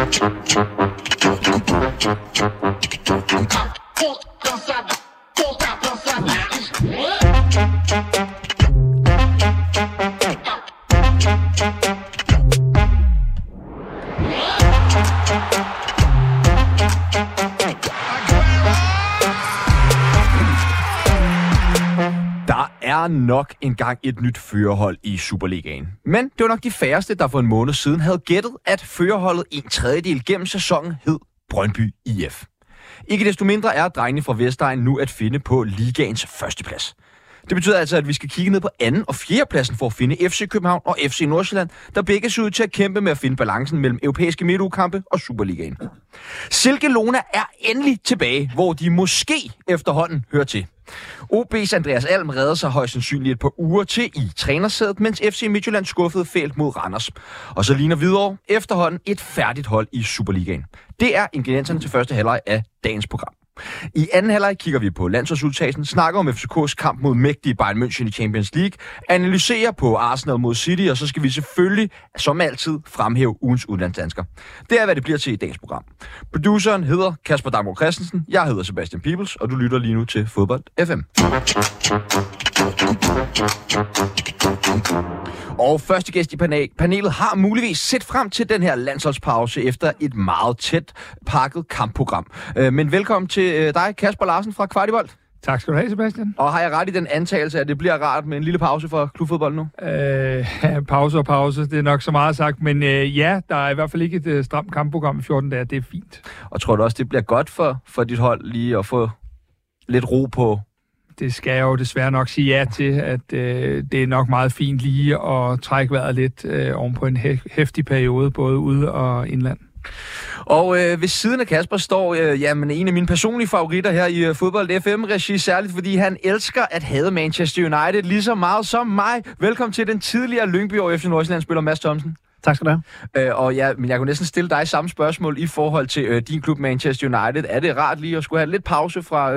Nok engang et nyt førerhold i Superligaen. Men det var nok de færreste, der for en måned siden havde gættet, at førerholdet 1/3 gennem sæsonen hed Brøndby IF. Ikke desto mindre er drengene fra Vestegn nu at finde på ligaens førsteplads. Det betyder altså, at vi skal kigge ned på anden- og fjerdepladsen for at finde FC København og FC Nordsjælland, der begge ser ud til at kæmpe med at finde balancen mellem europæiske midtugekampe og Superligaen. Silkeborg er endelig tilbage, hvor de måske efterhånden hører til. OB's Andreas Alm redder sig højst sandsynligt et par uger til i trænersædet, mens FC Midtjylland skuffede fælt mod Randers. Og så ligner Hvidovre efterhånden et færdigt hold i Superligaen. Det er ingredienserne til første halvleg af dagens program. I anden halvleg kigger vi på landsholdsudtagelsen, snakker om FCK's kamp mod mægtige Bayern München i Champions League, analyserer på Arsenal mod City, og så skal vi selvfølgelig, som altid, fremhæve ugens udlandsdansker. Det er, hvad det bliver til i dagens program. Produceren hedder Kasper Damgaard Christensen, jeg hedder Sebastian Peebles, og du lytter lige nu til Fodbold FM. Og første gæst i panelet har muligvis set frem til den her landsholdspause efter et meget tæt pakket kampprogram. Men velkommen til dig, Kasper Larsen fra Kvartibold. Tak skal du have, Sebastian. Og har jeg ret i den antagelse, at det bliver rart med en lille pause for klubfodbold nu? Pause, det er nok så meget sagt, men ja, der er i hvert fald ikke et stramt kampprogram i 14 dage, det er fint. Og tror du også, det bliver godt for dit hold lige at få lidt ro på? Det skal jeg jo desværre nok sige ja til, at det er nok meget fint lige at trække vejret lidt oven på en heftig periode, både ude og indland. Og ved siden af Kasper står en af mine personlige favoritter her i Fodbold FM-regi, særligt fordi han elsker at hade Manchester United lige så meget som mig. Velkommen til den tidligere Lyngby og FC Nordsjælland-spiller Mads Thomsen. Tak skal du have. Men jeg kunne næsten stille dig samme spørgsmål i forhold til din klub Manchester United. Er det rart lige at skulle have lidt pause fra...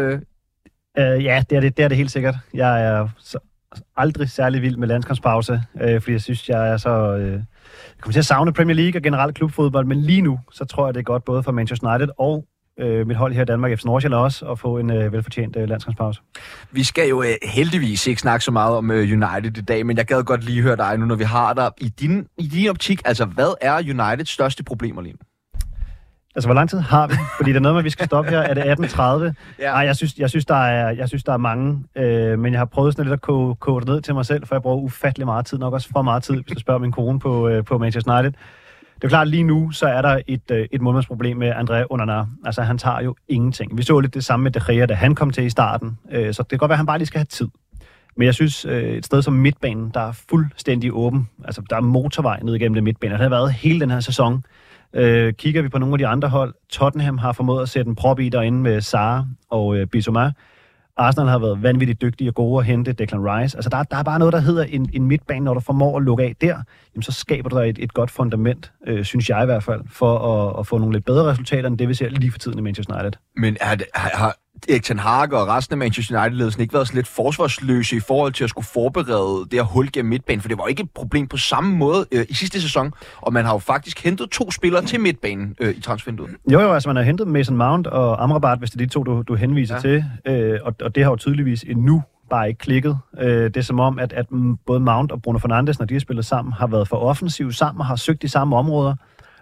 Ja, det er det helt sikkert. Jeg er aldrig særlig vild med landskampspause, fordi jeg synes, jeg er så... Jeg kommer til at savne Premier League og generelt klubfodbold, men lige nu, så tror jeg, det er godt både for Manchester United og mit hold her i Danmark, FC Nordsjælland også, at få en velfortjent landskampspause. Vi skal jo heldigvis ikke snakke så meget om United i dag, men jeg gad godt lige høre dig nu, når vi har dig. I din optik, altså hvad er Uniteds største problemer lige nu? Altså, hvor lang tid har vi? Fordi det er noget med, at vi skal stoppe her. Er det 18:30? Ja. Nej, jeg synes, der er mange. Men jeg har prøvet sådan lidt at koge det ned til mig selv, for jeg bruger ufattelig meget tid, nok også for meget tid, hvis du spørger min kone på Manchester United. Det er klart, lige nu, så er der et målmandsproblem med André Onana. Altså, han tager jo ingenting. Vi så lidt det samme med De Gea, da han kom til i starten. Så det kan godt være, at han bare lige skal have tid. Men jeg synes, et sted som midtbanen, der er fuldstændig åben. Altså, der er motorvej ned igennem det midtbanen. Det har været hele den her sæson. Kigger vi på nogle af de andre hold, Tottenham har formået at sætte en prop i derinde med Sarr og Bissouma. Arsenal har været vanvittigt dygtige og gode at hente Declan Rice. Altså der er bare noget, der hedder en midtbane, når du formår at lukke af der, jamen, så skaber du dig et godt fundament, synes jeg i hvert fald, for at få nogle lidt bedre resultater, end det vi ser lige for tiden i Manchester United. Men har Erik ten Hag og resten af Manchester United-ledelsen ikke været sådan lidt forsvarsløse i forhold til at skulle forberede det her hul gennem midtbanen? For det var ikke et problem på samme måde i sidste sæson, og man har jo faktisk hentet 2 spillere til midtbanen i transfervinduet. Jo, altså man har hentet Mason Mount og Amrabat, hvis det er de 2, du henviser til, og det har jo tydeligvis endnu bare ikke klikket. Det er som om, at både Mount og Bruno Fernandes, når de har spillet sammen, har været for offensive sammen og har søgt de samme områder.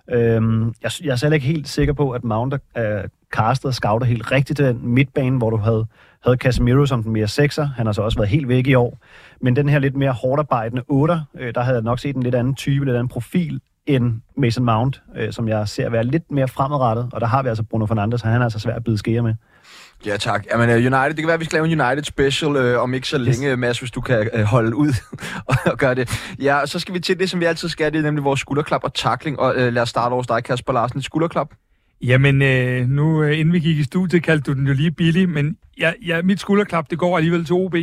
Jeg er selv ikke helt sikker på, at Mount er castet og scoutet helt rigtigt til den midtbane, hvor du havde Casemiro som den mere 6'er. Han har så også været helt væk i år. Men den her lidt mere hårdarbejdende 8'er, der havde jeg nok set en lidt anden type, lidt anden profil end Mason Mount, som jeg ser være lidt mere fremadrettet. Og der har vi altså Bruno Fernandes, han er altså svær at bide skære med. Ja, tak. Jamen, United, det kan være, at vi skal lave en United special om ikke så længe, Mads, hvis du kan holde ud og gøre det. Ja, så skal vi til det, som vi altid skal, det er nemlig vores skulderklap og tackling. Og lad os starte over dig, Kasper Larsen. Et skulderklap? Jamen, nu inden vi gik i studiet, kaldte du den jo lige billig, men mit skulderklap, det går alligevel til OB.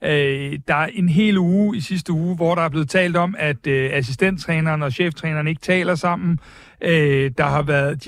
Der er en hel uge i sidste uge, hvor der er blevet talt om, at assistenttræneren og cheftræneren ikke taler sammen. De har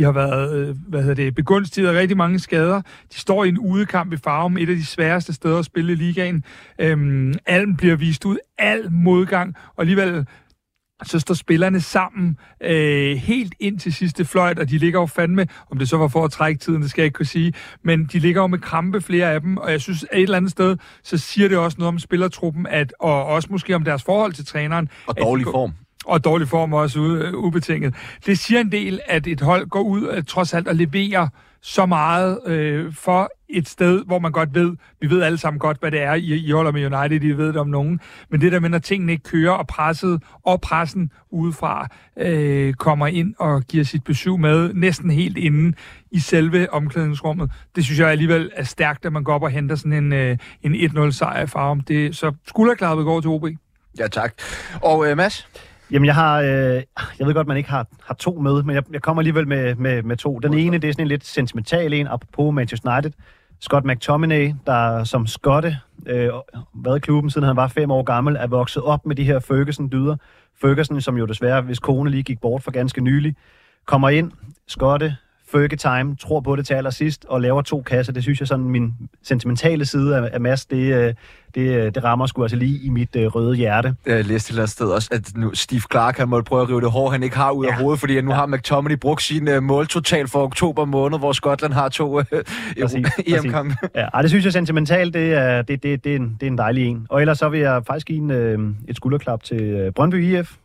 været begunstiget af rigtig mange skader. De står i en udekamp i Farum, et af de sværeste steder at spille i ligaen. Alm bliver vist ud, al modgang, og alligevel så står spillerne sammen helt ind til sidste fløjt, og de ligger jo fandme, om det så var for at trække tiden, det skal jeg ikke kunne sige, men de ligger jo med krampe, flere af dem, og jeg synes, at et eller andet sted, så siger det også noget om spillertruppen, og også måske om deres forhold til træneren. Og dårlig form. Og dårlig form også ubetinget. Det siger en del, at et hold går ud trods alt og leverer så meget for et sted, hvor man godt ved, vi ved alle sammen godt, hvad det er, I holder med United, I ved det om nogen, men det der med, når tingene ikke kører, og pressen udefra kommer ind og giver sit besøg med, næsten helt inde i selve omklædningsrummet, det synes jeg alligevel er stærkt, at man går op og henter sådan en 1-0 sejr i Farum. Så skulderklappet går til OB. Ja, tak. Og Mads? Jamen, jeg ved godt, man ikke har to med, men jeg kommer alligevel med to. Den ene, det er sådan en lidt sentimental en, apropos Manchester United. Scott McTominay, der som skotte, været i klubben, siden han var 5 år gammel, er vokset op med de her Ferguson-dyder. Ferguson, som jo desværre, hvis kone lige gik bort for ganske nylig, kommer ind, skotte, Fergie-time, tror på det til allersidst, og laver 2 kasser. Det synes jeg sådan, min sentimentale side af Mads, det rammer sgu altså lige i mit røde hjerte. Jeg læste et eller andet sted også, at nu Steve Clark, han måtte prøve at rive det hår, han ikke har ud af hovedet, fordi nu har McTominay brugt sin måltotal for oktober måned, hvor Skotland har 2 EM-kampe. Ja, det synes jeg sentimentalt, det er en dejlig en. Og ellers så vil jeg faktisk give et skulderklap til Brøndby IF.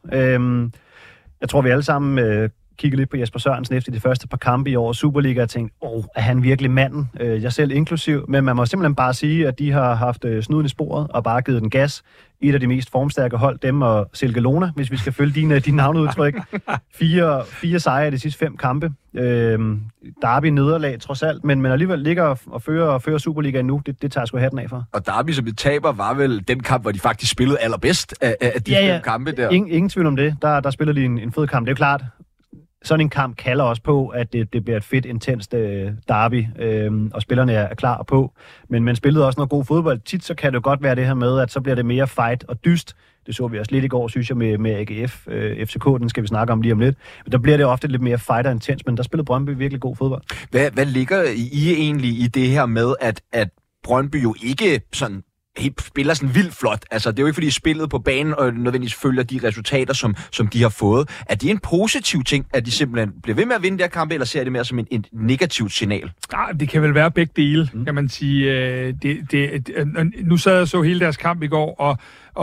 Jeg tror, vi alle sammen kigge lidt på Jesper Sørensen efter de første par kampe i år Superliga og tænkte, er han virkelig manden? Jeg selv inklusiv, men man må simpelthen bare sige, at de har haft snuden i sporet og bare givet den gas. Et af de mest formstærke hold, dem og Silkelona, hvis vi skal følge dine navneudtryk. 4 sejre i de sidste 5 kampe. Derby nederlag trods alt, men alligevel ligger og fører Superliga nu. Det tager jeg sgu hatten af for. Og Derby som et taber var vel den kamp, hvor de faktisk spillede allerbedst af de 5 kampe der. Ingen tvivl om det. Der spiller de en fed kamp. Det er jo klart, sådan en kamp kalder også på, at det bliver et fedt, intenst derby, og spillerne er klar på. Men man spillede også noget god fodbold. Tit så kan det godt være det her med, at så bliver det mere fight og dyst. Det så vi også lidt i går, synes jeg, med AGF. FCK, den skal vi snakke om lige om lidt. Men der bliver det ofte lidt mere fight og intens, men der spillede Brøndby virkelig god fodbold. Hvad ligger I egentlig i det her med, at Brøndby jo ikke sådan spiller sådan vildt flot. Altså, det er jo ikke, fordi spillet på banen og nødvendigvis følger de resultater, som de har fået. Er det en positiv ting, at de simpelthen bliver ved med at vinde der kampe, eller ser det mere som et negativt signal? Nej, det kan vel være begge dele, kan man sige. Nu sad jeg så hele deres kamp i går, og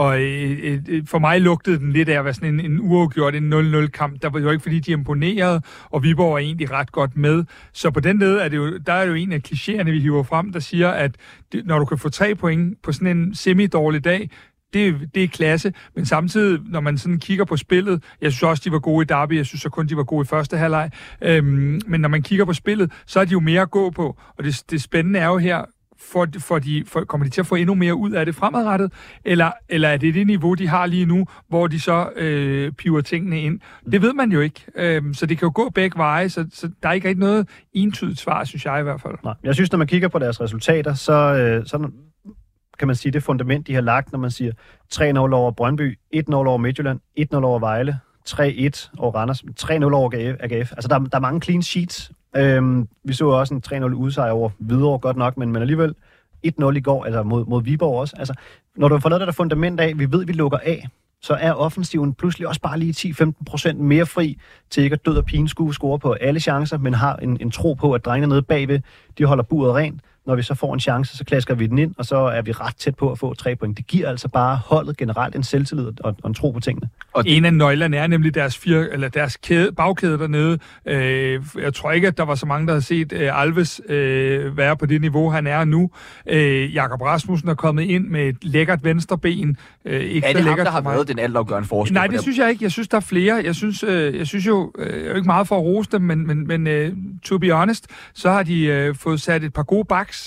for mig lugtede den lidt af at være sådan en uafgjort, en 0-0-kamp. Der var jo ikke, fordi de imponerede, og Viborg er egentlig ret godt med. Så på den led der er jo en af klichéerne, vi hiver frem, der siger, at når du kan få 3 point på sådan en semi-dårlig dag, det er klasse, men samtidig, når man sådan kigger på spillet, jeg synes også, de var gode i derby, jeg synes så kun, de var gode i første halvleg, men når man kigger på spillet, så er de jo mere at gå på, og det spændende er jo her, kommer de til at få endnu mere ud af det fremadrettet, eller er det niveau, de har lige nu, hvor de så piver tingene ind? Det ved man jo ikke, så det kan jo gå begge veje, så der er ikke rigtig noget entydigt svar, synes jeg i hvert fald. Nej, jeg synes, når man kigger på deres resultater, så kan man sige, det fundament, de har lagt, når man siger 3-0 over Brøndby, 1-0 over Midtjylland, 1-0 over Vejle, 3-1 over Randers, 3-0 over AGF. Altså, der er mange clean sheets. Vi så også en 3-0 udsejr over Hvidovre, godt nok, men alligevel 1-0 i går, altså mod Viborg også. Altså, når du får lavet det der fundament af, vi ved, vi lukker af, så er offensiven pludselig også bare lige 10-15% mere fri til ikke at død og pine skulle score på alle chancer, men har en tro på, at drengene nede bagved, de holder buret rent. Når vi så får en chance, så klasker vi den ind, og så er vi ret tæt på at få 3 point. Det giver altså bare holdet generelt en selvtillid og en tro på tingene. Og en af nøglerne er nemlig deres bagkæde dernede. Jeg tror ikke, at der var så mange, der har set Alves være på det niveau, han er nu. Jakob Rasmussen er kommet ind med et lækkert venstreben. Ikke er det ham, der har været den altafgørende forskel? Nej, det synes jeg ikke. Jeg synes, der er flere. Jeg synes jo ikke meget for at rose dem, men to be honest, så har de fået sat et par gode backs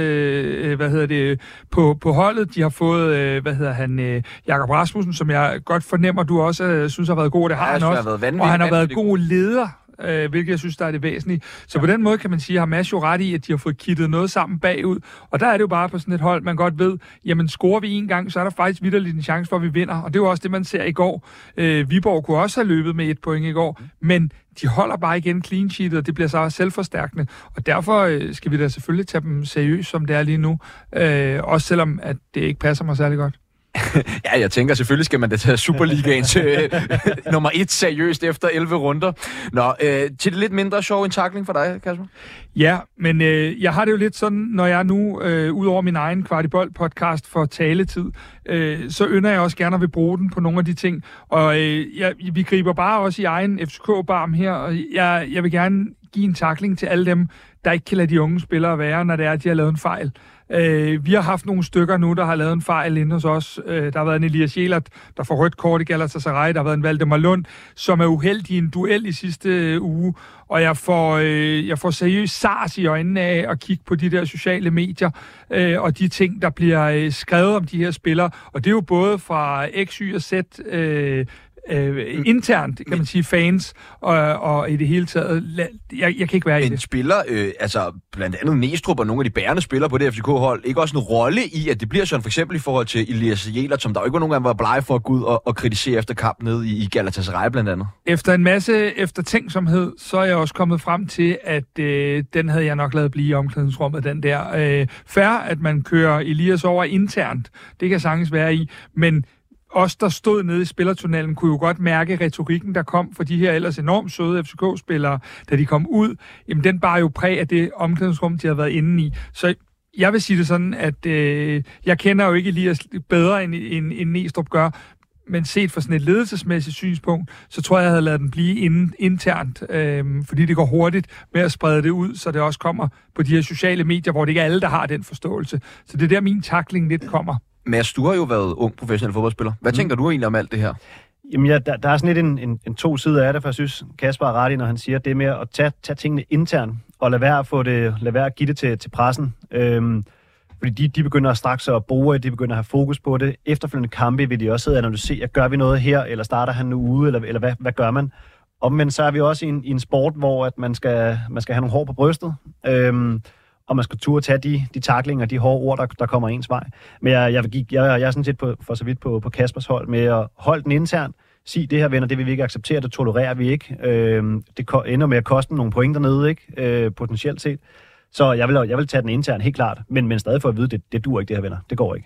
på holdet. De har fået, Jakob Rasmussen, som jeg godt fornemmer, du også synes har været god. Det har han også. Og han har været god leder, hvilket jeg synes, der er det væsentlige. Så på den måde kan man sige, har Mads jo ret i, at de har fået kittet noget sammen bagud. Og der er det jo bare på sådan et hold, man godt ved, jamen scorer vi en gang, så er der faktisk vitterligt en chance for, at vi vinder. Og det er jo også det, man ser i går. Viborg kunne også have løbet med 1 point i går, men de holder bare igen clean sheetet, og det bliver så selvforstærkende. Og derfor skal vi da selvfølgelig tage dem seriøst, som det er lige nu. Også selvom, at det ikke passer mig særlig godt. Ja, jeg tænker selvfølgelig skal man da tage Superligaens nummer 1 seriøst efter 11 runder. Nå, til det lidt mindre sjov en tackling for dig, Kasper? Ja, men jeg har det jo lidt sådan, når jeg nu, ud over min egen Kvartibold-podcast for taletid, så ynder jeg også gerne at vil bruge den på nogle af de ting. Og vi griber bare også i egen FCK-barm her, og jeg vil gerne give en tackling til alle dem, der ikke kan lade de unge spillere være, når det er, at de har lavet en fejl. Vi har haft nogle stykker nu, der har lavet en fejl inde hos os. Der har været en Elias Jelert, der får rødt kort i Galatasaray. Der har været en Valdemar Lund, som er uheldig i en duel i sidste uge. Og jeg får seriøst sars i øjnene af at kigge på de der sociale medier og de ting, der bliver skrevet om de her spillere. Og det er jo både fra X, Y og Z internt, kan man sige, fans, og i det hele taget, jeg kan ikke være i det. Men spiller, altså blandt andet Næstrup og nogle af de bærende spillere på det FCK-hold, ikke også en rolle i, at det bliver sådan for eksempel i forhold til Elias Jelert, som der jo ikke var nogen gange var blege for at gå ud og kritisere efter kamp ned i Galatasaray blandt andet? Efter en masse eftertænksomhed, så er jeg også kommet frem til, at den havde jeg nok lavet blive i omklædningsrummet, den der. Fair, at man kører Elias over internt, det kan sagtens være i, men os, der stod nede i spillertunnelen, kunne jo godt mærke retorikken, der kom for de her ellers enormt søde FCK-spillere, da de kom ud. Jamen, den bar jo præg af det omklædningsrum, de har været inde i. Så jeg vil sige det sådan, at jeg kender jo ikke Elias bedre, end Næstrup gør, men set fra sådan et ledelsesmæssigt synspunkt, så tror jeg havde ladet den blive internt, fordi det går hurtigt med at sprede det ud, så det også kommer på de her sociale medier, hvor det ikke er alle, der har den forståelse. Så det er der, min tackling lidt kommer. Mads, du har jo været ung professionel fodboldspiller. Hvad tænker du egentlig om alt det her? Jamen, der er sådan lidt en to sider af det, for jeg synes, Kasper er ret i, når han siger, det med at tage tingene internt, og lade være at give det til pressen. Fordi de begynder straks at bruge det, de begynder at have fokus på det. Efterfølgende kampe vil de også sidde og analysere, gør vi noget her, eller starter han nu ude, eller hvad gør man? Omvendt så er vi også i en sport, hvor at man skal have nogle hår på brystet. Og man skal turde tage de tacklinger, de hårde ord, der kommer ens vej. Men jeg er sådan set for så vidt på Kaspers hold med at holde den intern. Sig det her, venner, det vil vi ikke acceptere, det tolererer vi ikke. Det ender med at koste nogle point dernede, ikke? Potentielt set. Så jeg vil tage den intern, helt klart. Men stadig for at vide, det duer ikke, det her, venner. Det går ikke.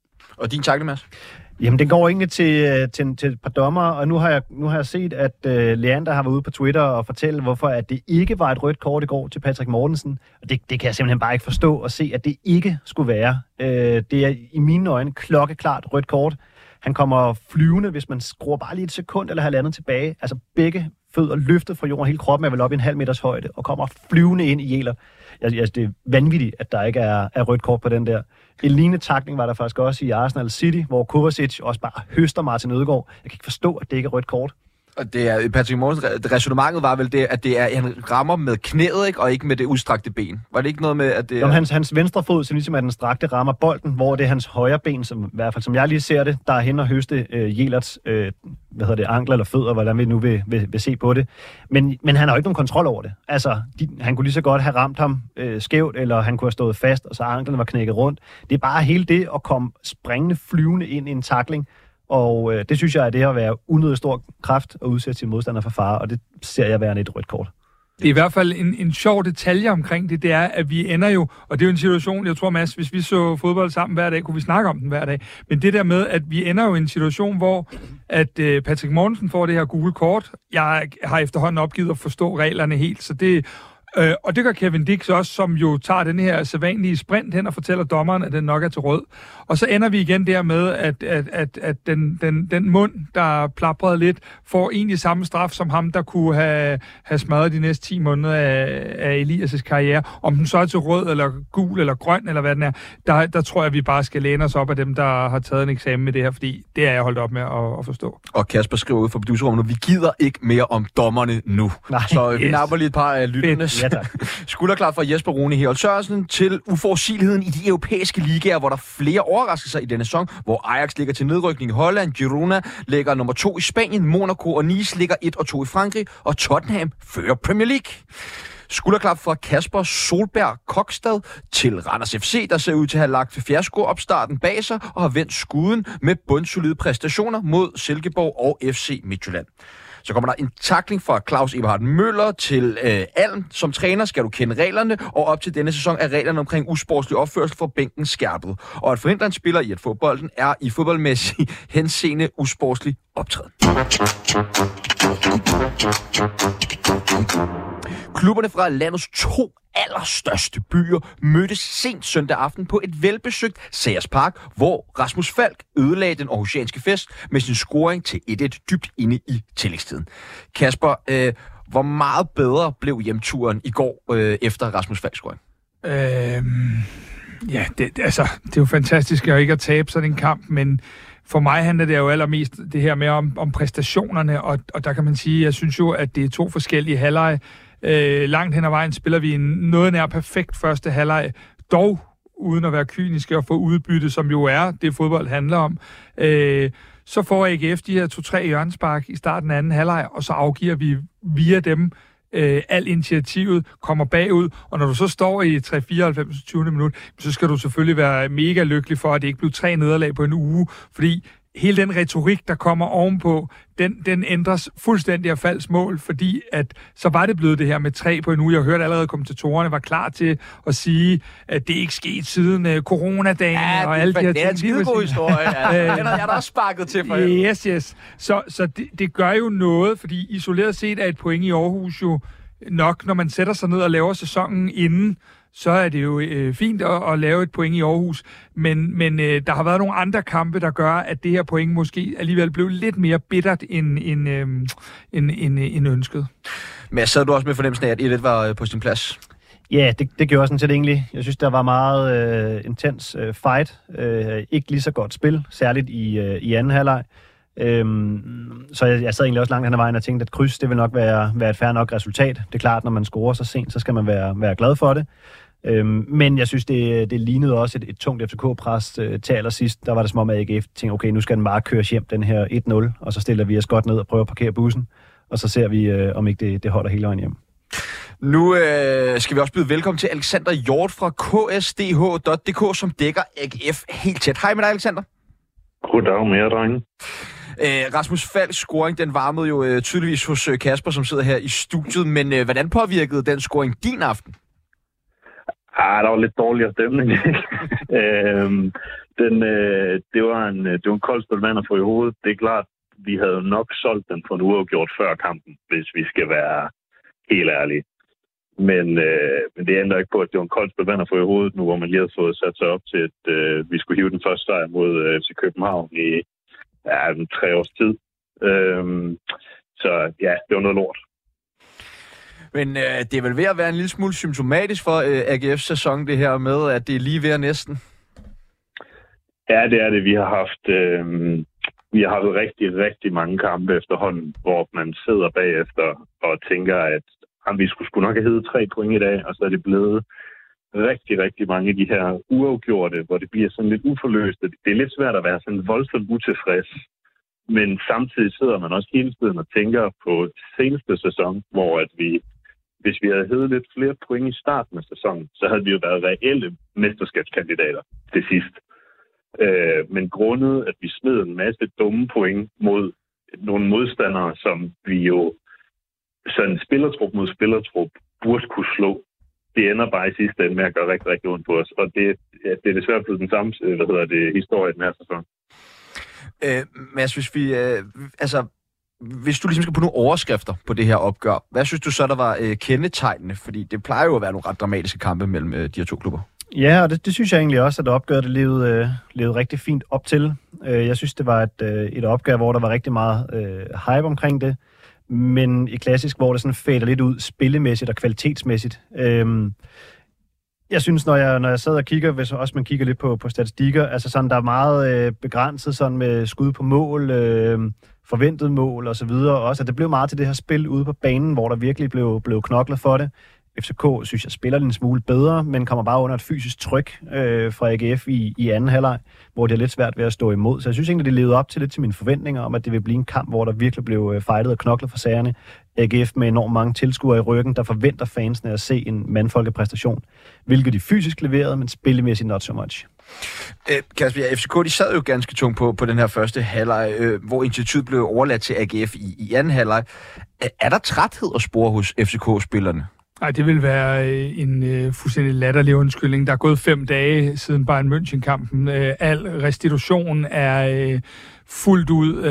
Og din tackling, Mads? Jamen, det går egentlig til et par dommer, og nu har jeg set, at Leander har været ude på Twitter og fortælle, hvorfor at det ikke var et rødt kort i går til Patrick Mortensen. Og det kan jeg simpelthen bare ikke forstå og se, at det ikke skulle være. Det er i mine øjne klokkeklart rødt kort. Han kommer flyvende, hvis man skruer bare lige et sekund eller halvandet tilbage. Altså begge fødder løftet fra jorden, hele kroppen er vel op i 0,5 meters højde, og kommer flyvende ind i Jelert. Det er vanvittigt, at der ikke er rødt kort på den der. En lignende tackling var der faktisk også i Arsenal City, hvor Kovacic også bare høster Martin Ødegaard. Jeg kan ikke forstå, at det ikke er rødt kort. Og det er, Patrick Mortensen, resonemanget var vel det, at han rammer med knæet, ikke, og ikke med det udstrakte ben. Var det ikke noget med, at det... Jamen, hans venstre fod, så ligesom at den strakte rammer bolden, hvor det er hans højre ben, som, i hvert fald som jeg lige ser det, der er hen og høste Jelerts, ankler eller fødder, hvordan vi nu vil se på det. Men han har jo ikke nogen kontrol over det. Altså, han kunne lige så godt have ramt ham skævt, eller han kunne have stået fast, og så anklerne var knækket rundt. Det er bare hele det at komme springende, flyvende ind i en tackling. Og det synes jeg er det at være unødig stor kraft og udsætte sin modstander for fare, og det ser jeg være et rødt kort. Det er i hvert fald en sjov detalje omkring det, det er, at vi ender jo, og det er jo en situation, jeg tror, Mads, hvis vi så fodbold sammen hver dag, kunne vi snakke om den hver dag. Men det der med, at vi ender jo i en situation, hvor at Patrick Mortensen får det her gule kort. Jeg har efterhånden opgivet at forstå reglerne helt, så det... Og det gør Kevin Dix også, som jo tager den her sædvanlige sprint hen og fortæller dommeren, at den nok er til rød. Og så ender vi igen der med, at den mund, der plaprede lidt, får egentlig samme straf som ham, der kunne have smadret de næste 10 måneder af Elias' karriere. Om den så er til rød, eller gul, eller grøn, eller hvad den er, der tror jeg, vi bare skal læne os op af dem, der har taget en eksamen med det her, fordi det er jeg holdt op med at forstå. Og Kasper skriver ud fra producerrummet, vi gider ikke mere om dommerne nu. Nej, så vi napper lige et par af lytternes. Ja, skulderklap fra Jesper Rune Herold Sørensen til uforudsigeligheden i de europæiske ligaer, hvor der er flere overraskelser i denne sæson, hvor Ajax ligger til nedrykning i Holland, Girona ligger nummer 2 i Spanien, Monaco og Nice ligger 1 og 2 i Frankrig, og Tottenham fører Premier League. Skulderklap fra Kasper Solberg Kokstad til Randers FC, der ser ud til at have lagt fiasko-opstarten bag sig og har vendt skuden med bundsolide præstationer mod Silkeborg og FC Midtjylland. Så kommer der en tackling fra Claus Eberhard Møller til Alm. Som træner skal du kende reglerne, og op til denne sæson er reglerne omkring usportslig opførsel for bænken skærpet. Og at forhindre en spiller i at få bolden er i fodboldmæssig henseende usportslig optræden. Klubberne fra landets 2 allerstørste byer mødtes sent søndag aften på et velbesøgt Sayers Park, hvor Rasmus Falk ødelagde den aarhusianske fest med sin scoring til 1-1 dybt inde i tillægstiden. Kasper, hvor meget bedre blev hjemturen i går efter Rasmus Falks scoring? Ja, det er jo fantastisk at ikke at tabe sådan en kamp, men for mig handler det jo allermest det her med om præstationerne, og der kan man sige, jeg synes jo, at det er 2 forskellige halvleje. Langt hen ad vejen spiller vi en noget nær perfekt første halvleg, dog uden at være kyniske og få udbytte, som jo er det fodbold handler om. Så får AGF de her 2-3 hjørnespark i starten af anden halvleg, og så afgiver vi via dem alt initiativet, kommer bagud, og når du så står i 3-94 minut, så skal du selvfølgelig være mega lykkelig for, at det ikke bliver 3 nederlag på en uge, fordi hele den retorik, der kommer ovenpå, den ændres fuldstændig af falsk mål, fordi at så var det blevet det her med 3 på en uge. Jeg hørte allerede, at kommentatorerne var klar til at sige, at det ikke skete siden coronadagen og alle de her ting. Det er en skidegod historie. Den har jeg da også sparket til for Yes. Så det gør jo noget, fordi isoleret set er et point i Aarhus jo nok, når man sætter sig ned og laver sæsonen inden, så er det jo fint at lave et point i Aarhus. Men der har været nogle andre kampe, der gør, at det her point måske alligevel blev lidt mere bittert end ønsket. Men sad du også med fornemmelsen af, at 1-1 var på sin plads? Ja, det gjorde sådan set egentlig. Jeg synes, der var meget intens fight. Ikke lige så godt spil, særligt i anden halvleg. Så jeg sad egentlig også langt hen ad vejen og tænkte, at kryds, det vil nok være et fair nok resultat. Det er klart, når man scorer så sent, så skal man være glad for det. Men jeg synes, det lignede også et tungt FCK-pres til allersidst. Der var det som om, at AGF tænkte, okay, nu skal den bare køres hjem, den her 1-0, og så stiller vi os godt ned og prøver at parkere bussen, og så ser vi, om ikke det holder hele vejen hjem. Nu skal vi også byde velkommen til Alexander Hjort fra ksdh.dk, som dækker AGF helt tæt. Hej med dig, Alexander. Goddag med jer, drenge. Rasmus Falks scoring, den varmede jo tydeligvis hos Kasper, som sidder her i studiet, men hvordan påvirkede den scoring din aften? Der var lidt dårligere stemning. Det var en kold stød vand at få i hovedet. Det er klart, vi havde nok solgt den for en uafgjort før kampen, hvis vi skal være helt ærlige. Men det ændrer ikke på, at det var en kold stød vand at få i hovedet nu, hvor man lige havde fået sat sig op til, at vi skulle hive den første sejr mod FC København i 3 års tid. Så ja, det var noget lort. Men det er vel ved at være en lille smule symptomatisk for AGF's sæson, det her med, at det er lige ved næsten? Ja, det er det. Vi har haft rigtig, rigtig mange kampe efterhånden, hvor man sidder bagefter og tænker, at vi skulle sgu nok have heddet 3 point i dag, og så er det blevet rigtig, rigtig mange af de her uafgjorte, hvor det bliver sådan lidt uforløst. Det er lidt svært at være sådan voldsomt utilfreds, men samtidig sidder man også hele tiden og tænker på seneste sæson, hvor at hvis vi havde heddet lidt flere point i starten af sæsonen, så havde vi jo været reelle mesterskabskandidater til sidst. Men grundet, at vi smed en masse dumme point mod nogle modstandere, som vi jo sådan spillertrup mod spillertrup burde kunne slå, det ender bare i sidste ende med at gøre rigtig, rigtig ondt på os. Og det er desværre blevet den samme historie den her sæson. Mads, hvis du ligesom skal på nogle overskrifter på det her opgør, hvad synes du så, der var kendetegnende? Fordi det plejer jo at være nogle ret dramatiske kampe mellem de her 2 klubber. Ja, og det synes jeg egentlig også, at opgøret levede rigtig fint op til. Jeg synes, det var et opgør, hvor der var rigtig meget hype omkring det, men i klassisk, hvor det sådan fader lidt ud spillemæssigt og kvalitetsmæssigt. Jeg synes, når jeg sad og kigger, hvis også man kigger lidt på statistikker, altså sådan, der er meget begrænset sådan med skud på mål, forventet mål og så videre. Også, at det blev meget til det her spil ude på banen, hvor der virkelig blev knoklet for det. FCK, synes jeg, spiller en smule bedre, men kommer bare under et fysisk tryk fra AGF i anden halvleg, hvor det er lidt svært ved at stå imod. Så jeg synes egentlig, det levede op til lidt til mine forventninger om, at det vil blive en kamp, hvor der virkelig blev fightet og knoklet for sagerne. AGF med enormt mange tilskuere i ryggen, der forventer fansene at se en mandfolkepræstation, hvilket de fysisk leverede, men spillemæssigt not so much. Kasper, FCK de sad jo ganske tungt på den her første halvleg, hvor initiativet blev overladt til AGF i anden halvleg. Er der træthed at spore hos FCK-spillerne? Nej, det vil være en fuldstændig latterlig undskyldning. Der er gået 5 dage siden Bayern München-kampen. Al restitution er fuldt ud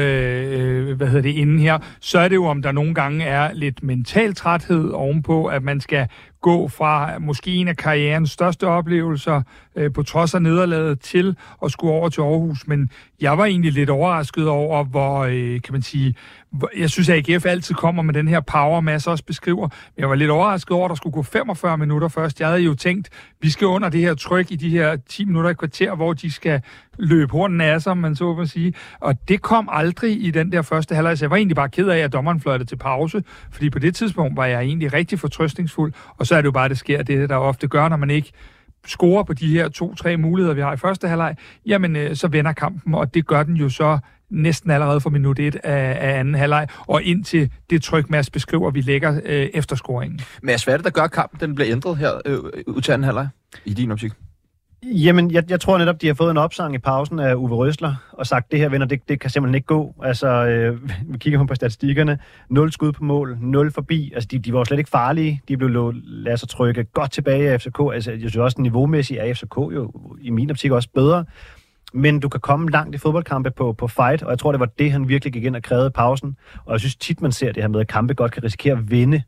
inden her. Så er det jo, om der nogle gange er lidt mental træthed ovenpå, at man skal gå fra måske en af karrierens største oplevelser på trods af nederlaget til at skulle over til Aarhus. Men jeg var egentlig lidt overrasket over, hvor, kan man sige, jeg synes, at AGF altid kommer med den her power, Mads også beskriver. Men jeg var lidt overrasket over, at der skulle gå 45 minutter først. Jeg havde jo tænkt, vi skal under det her tryk i de her 10 minutter i kvarter, hvor de skal løbe hornen af sig, man så vil sige. Og det kom aldrig i den der første halvleg. Så jeg var egentlig bare ked af, at dommeren fløjtede til pause, fordi på det tidspunkt var jeg egentlig rigtig fortrøstningsfuld. Og så er det jo bare, det sker det, der ofte gør, når man ikke scorer på de her 2-3 muligheder, vi har i første halvleg, jamen så vender kampen, og det gør den jo så næsten allerede fra minut 1 af anden halvleg, og indtil det tryk, Mads beskriver, vi lægger efter scoringen. Mads, hvad er det, der gør, at kampen den bliver ændret her ud til anden halvleg i din optik? Jamen, jeg tror netop, de har fået en opsang i pausen af Uwe Rösler, og sagt, det her venner, det kan simpelthen ikke gå. Altså, vi kigger på statistikkerne. 0 skud på mål, 0 forbi. Altså, de var slet ikke farlige. De blev ladet sig trykke godt tilbage af FCK. Altså, jeg synes også, niveaumæssigt er FCK jo i min optik også bedre. Men du kan komme langt i fodboldkampe på fight, og jeg tror, det var det, han virkelig gik ind og krævede pausen. Og jeg synes tit, man ser det her med, at kampe godt kan risikere at vinde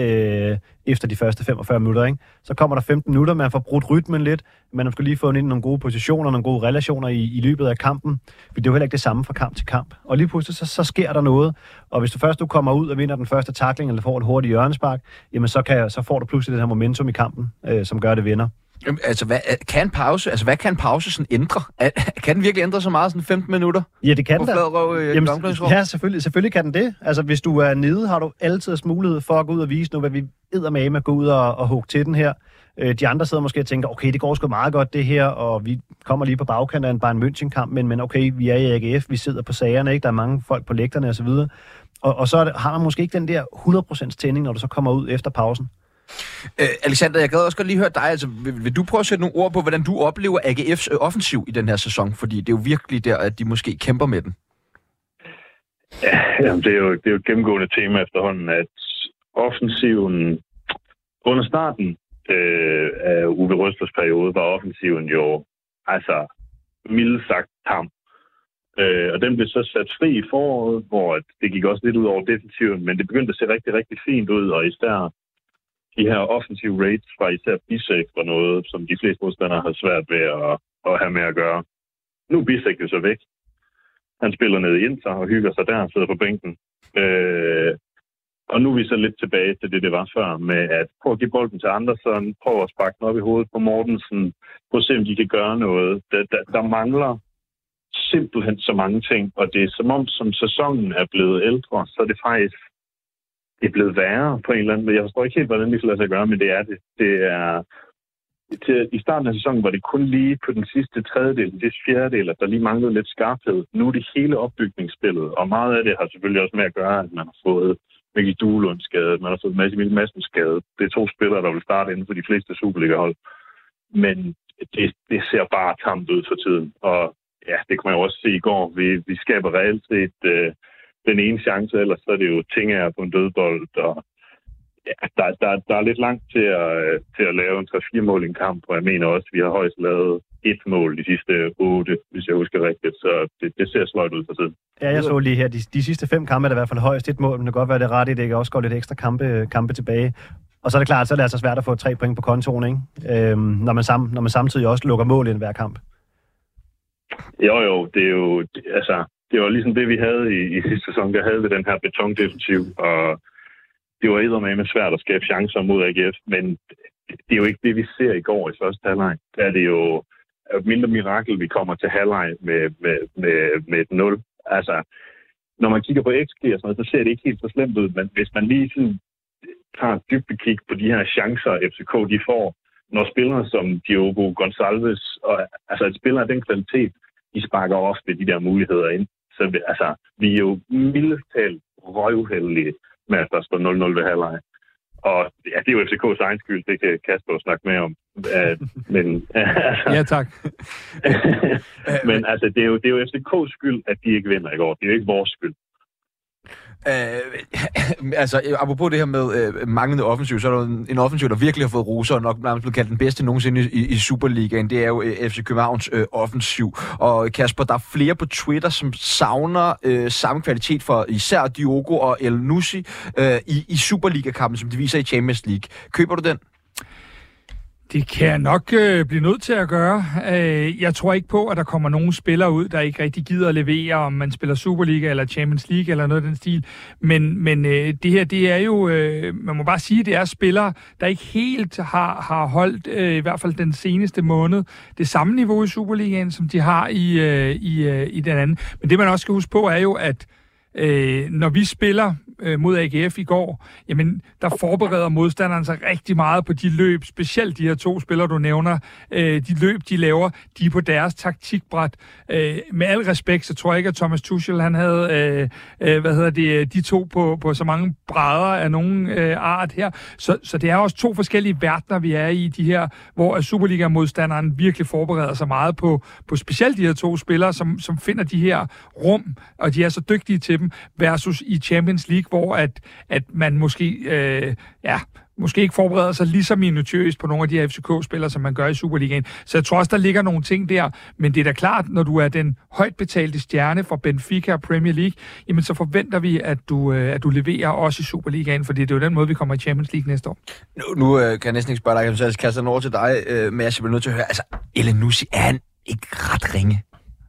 efter de første 45 minutter, ikke? Så kommer der 15 minutter, man får brudt rytmen lidt, man skal lige få ind nogle gode positioner, nogle gode relationer i løbet af kampen, for det er jo heller ikke det samme fra kamp til kamp. Og lige pludselig, så sker der noget, og hvis du kommer ud og vinder den første tackling, eller får et hurtigt hjørnespark, jamen så får du pludselig det her momentum i kampen, som gør det vinder. Altså, hvad kan en pause sådan ændre? Kan den virkelig ændre så meget, sådan 15 minutter? Ja, det kan den da. Ja, selvfølgelig kan den det. Altså, hvis du er nede, har du altid mulighed for at gå ud og vise nu, hvad vi eddermame gå ud og hugge til den her. De andre sidder måske og tænker, okay, det går sgu meget godt det her, og vi kommer lige på bagkanten af en Bayern München-kamp, men okay, vi er i AGF, vi sidder på sagerne, ikke? Der er mange folk på lægterne osv. Og så har man måske ikke den der 100% tænding, når du så kommer ud efter pausen. Alexander, jeg gad også godt lige høre dig. Altså, vil du prøve at sætte nogle ord på, hvordan du oplever AGF's offensiv i den her sæson? Fordi det er jo virkelig der, at de måske kæmper med den. Ja, det er jo et gennemgående tema efterhånden, at offensiven under starten af Uwe Röslers periode var offensiven jo altså mildt sagt tam. Og den blev så sat fri i foråret, hvor det gik også lidt ud over defensiven, men det begyndte at se rigtig, rigtig fint ud, og især de her offensive rates fra især Bisek var noget, som de fleste modstandere har svært ved at have med at gøre. Nu er Bisek jo så væk. Han spiller ned i Inter og hygger sig der og sidder på bænken. Og nu er vi så lidt tilbage til det var før, med at prøve at give bolden til Andersen, prøve at sparke den op i hovedet på Mortensen, prøve at se, om de kan gøre noget. Der mangler simpelthen så mange ting, og det er som sæsonen er blevet ældre, så er det faktisk det er blevet værre på en eller anden måde. Jeg forstår ikke helt, hvordan det skal lade sig gøre, men det er det. Det er i starten af sæsonen var det kun lige på den sidste tredjedel, den sidste fjerdedel, at der lige manglede lidt skarphed. Nu er det hele opbygningsspillet, og meget af det har selvfølgelig også med at gøre, at man har fået Mikkel Duelund skadet, man har fået Emil Madsen skadet. Det er 2 spillere, der vil starte inden for de fleste Superliga-hold. Men det ser bare tamt ud for tiden. Og ja, det kunne man jo også se i går. Vi skaber reelt set den ene chance, ellers så er det jo Tinger på en dødbold, og ja, der er lidt langt til at lave en 3-4 mål i en kamp, og jeg mener også, at vi har højst lavet 1 mål de sidste 8, hvis jeg husker rigtigt, så det ser sløjt ud for tiden. Ja, jeg så lige her, de sidste 5 kampe er der i hvert fald højst 1 mål, men det kan godt være, det er ret i, det kan også gå lidt ekstra kampe tilbage. Og så er det klart, så er det altså svært at få 3 point på kontoen, ikke? Når man samtidig også lukker mål i hver kamp. Jo, det er jo, altså, det var ligesom det, vi havde i sidste sæson. Der havde vi den her betondefensiv, og det var eddermame svært at skabe chancer mod AGF, men det er jo ikke det, vi ser i går i første halvleg. Der er det jo et mindre mirakel, vi kommer til halvleg med et 0. Altså, når man kigger på XG og sådan noget, så ser det ikke helt så slemt ud, men hvis man lige sådan tager et dybdekig på de her chancer, FCK de får, når spillere som Diogo Gonçalves, og altså et spiller af den kvalitet, de sparker ofte de der muligheder ind. Så altså, vi er jo mildt talt røvheldige med, at der står 0-0 ved halvleg. Og ja, det er jo FCK's egen skyld, det kan Kasper snakke mere om. Men, ja, tak. Men altså, det er jo FCK's skyld, at de ikke vinder i går. Det er jo ikke vores skyld. Altså, apropos det her med manglende offensiv, så er der en offensiv, der virkelig har fået roser, og nok nærmest blevet kaldt den bedste nogensinde i Superligaen. Det er jo FC Københavns offensiv. Og Kasper, der er flere på Twitter, som savner samme kvalitet for især Diogo og El Nussi i Superliga-kampen, som de viser i Champions League. Køber du den? Det kan jeg nok blive nødt til at gøre. Jeg tror ikke på, at der kommer nogen spillere ud, der ikke rigtig gider at levere, om man spiller Superliga eller Champions League eller noget af den stil. Men det her, det er jo, man må bare sige, det er spillere, der ikke helt har holdt, i hvert fald den seneste måned, det samme niveau i Superligaen, som de har i den anden. Men det man også skal huske på, er jo, at når vi spiller mod AGF i går, jamen, der forbereder modstanderen sig rigtig meget på de løb, specielt de her to spillere, du nævner. De løb, de laver, de er på deres taktikbræt. Med al respekt, så tror jeg ikke, at Thomas Tuchel, han havde, de to på så mange brædder af nogen art her. Så det er også to forskellige verdener, vi er i de her, hvor Superliga-modstanderen virkelig forbereder sig meget på specielt de her to spillere, som finder de her rum, og de er så dygtige til dem, versus i Champions League, hvor at man måske ikke forbereder sig lige så minutiøst på nogle af de her FCK-spillere, som man gør i Superligaen. Så jeg tror også, der ligger nogle ting der, men det er da klart, når du er den højt betalte stjerne for Benfica og Premier League, jamen så forventer vi, at du leverer også i Superligaen, fordi det er jo den måde, vi kommer i Champions League næste år. Nu kan jeg næsten ikke spørge dig, så jeg kaster den over til dig, men jeg bliver nødt til at høre, altså, El Nussi, er han ikke ret ringe?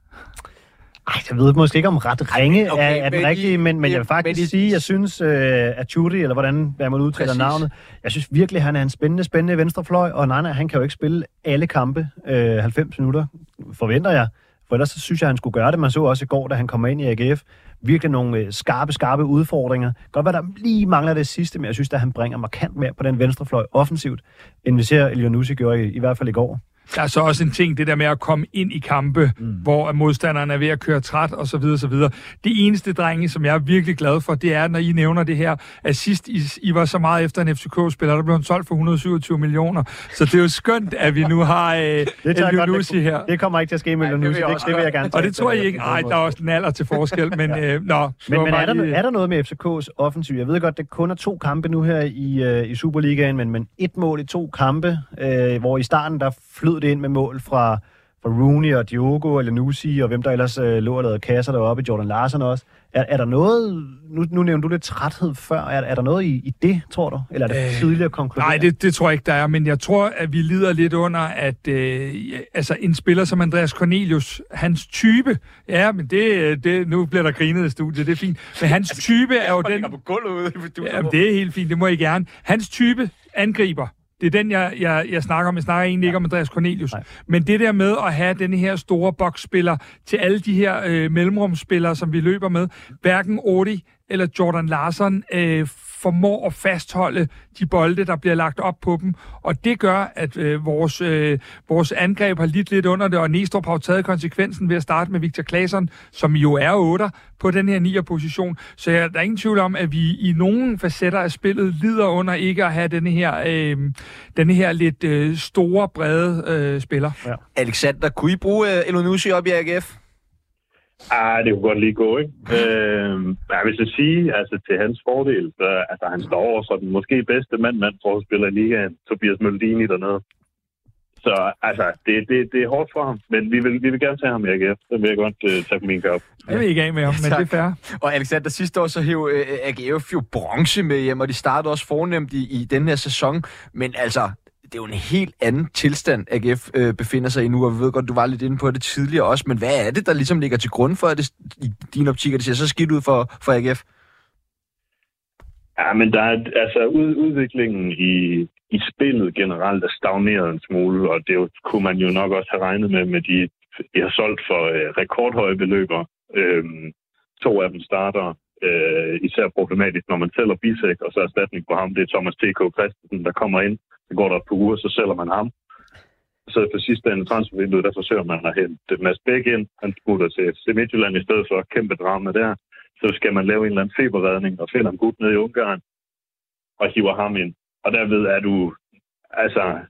Ej, jeg ved måske ikke om ret ringe er den rigtige, men jeg vil faktisk sige, jeg synes, at Chudi, eller hvordan man udtaler navnet, jeg synes virkelig, han er en spændende venstrefløj, og nej, han kan jo ikke spille alle kampe 90 minutter, forventer jeg. For ellers så synes jeg, han skulle gøre det. Man så også i går, da han kom ind i AGF, virkelig nogle skarpe udfordringer. Godt være, der lige mangler det sidste, men jeg synes, at han bringer markant mere på den venstrefløj offensivt, end vi ser El Nussi gjorde i hvert fald i går. Der er så også en ting, det der med at komme ind i kampe, hvor modstanderen er ved at køre træt, og så videre, så videre. Det eneste, drenge, som jeg er virkelig glad for, det er, når I nævner det her, at sidst I var så meget efter en FCK-spiller, der blev han solgt for 127 millioner. Så det er jo skønt, at vi nu har El Nussi her. Det kommer ikke til at ske med El Nussi, det vil jeg gerne tage. Og det tror jeg ikke. Nej, der er også en alder til forskel, men Men er der noget med FCK's offensiv? Jeg ved godt, det kun er 2 kampe nu her i Superligaen, men 1 mål i 2 kampe, hvor i starten, der flød det ind med mål fra Rooney og Diogo, eller Nussi, og hvem der ellers lå og lavede kasser deroppe, Jordan Larsen også. Er der noget, nu nævnte du lidt træthed før, er der noget i det, tror du? Eller er det tidligere konkluderet? Nej, det tror jeg ikke, der er, men jeg tror, at vi lider lidt under, at en spiller som Andreas Cornelius, hans type, ja, men det nu bliver der grinet i studiet, det er fint, men hans type er jo den... på gulvet ude i studiet. Ja, det er helt fint, det må I gerne. Hans type angriber. Det er den, jeg snakker om. Jeg snakker egentlig ikke om Andreas Cornelius. Nej. Men det der med at have den her store boksspiller til alle de her mellemrumsspillere, som vi løber med, hverken Odi eller Jordan Larsen formår at fastholde de bolde, der bliver lagt op på dem. Og det gør, at vores angreb har lidt under det, og Næstrup har taget konsekvensen ved at starte med Victor Claesson, som jo er 8 på den her 9'er-position. Så der er ingen tvivl om, at vi i nogle facetter af spillet lider under ikke at have denne her lidt store, brede spiller. Ja. Alexander, kunne I bruge El Nussi op i AGF? Det kunne godt lige gå, ikke? Jeg vil så sige, altså til hans fordel, så han står over som den måske bedste mand-forsspiller i ligaen, Tobias Møldini dernede. Så det er hårdt for ham, men vi vil gerne tage ham i AGF. Det vil jeg godt tage på min kap. Jeg vil ikke af med ham, men det er fair. Og Alexander, sidste år så hæv AGF jo bronze med hjem, og de startede også fornemt i den her sæson, men altså... Det er jo en helt anden tilstand, AGF befinder sig i nu, og vi ved godt, du var lidt inde på det tidligere også, men hvad er det, der ligesom ligger til grund for, at det, i din optik, at det ser så skidt ud for AGF? Ja, men der er udviklingen i spillet generelt er stagneret en smule, og det kunne man jo nok også have regnet med de har solgt for rekordhøje beløber. 2 af dem starter især problematisk, når man sælger Bisek, og så erstatning på ham, det er Thomas T.K. Christensen, der kommer ind. Så går der et par uger, så sælger man ham. Så på sidste ende transfervinduet, der forsøger man at hente Mads Bæk ind. Han smutter til FC Midtjylland i stedet for kæmpe drama der. Så skal man lave en eller anden feberredning og finder en gut nede i Ungarn og hiver ham ind. Og derved er du,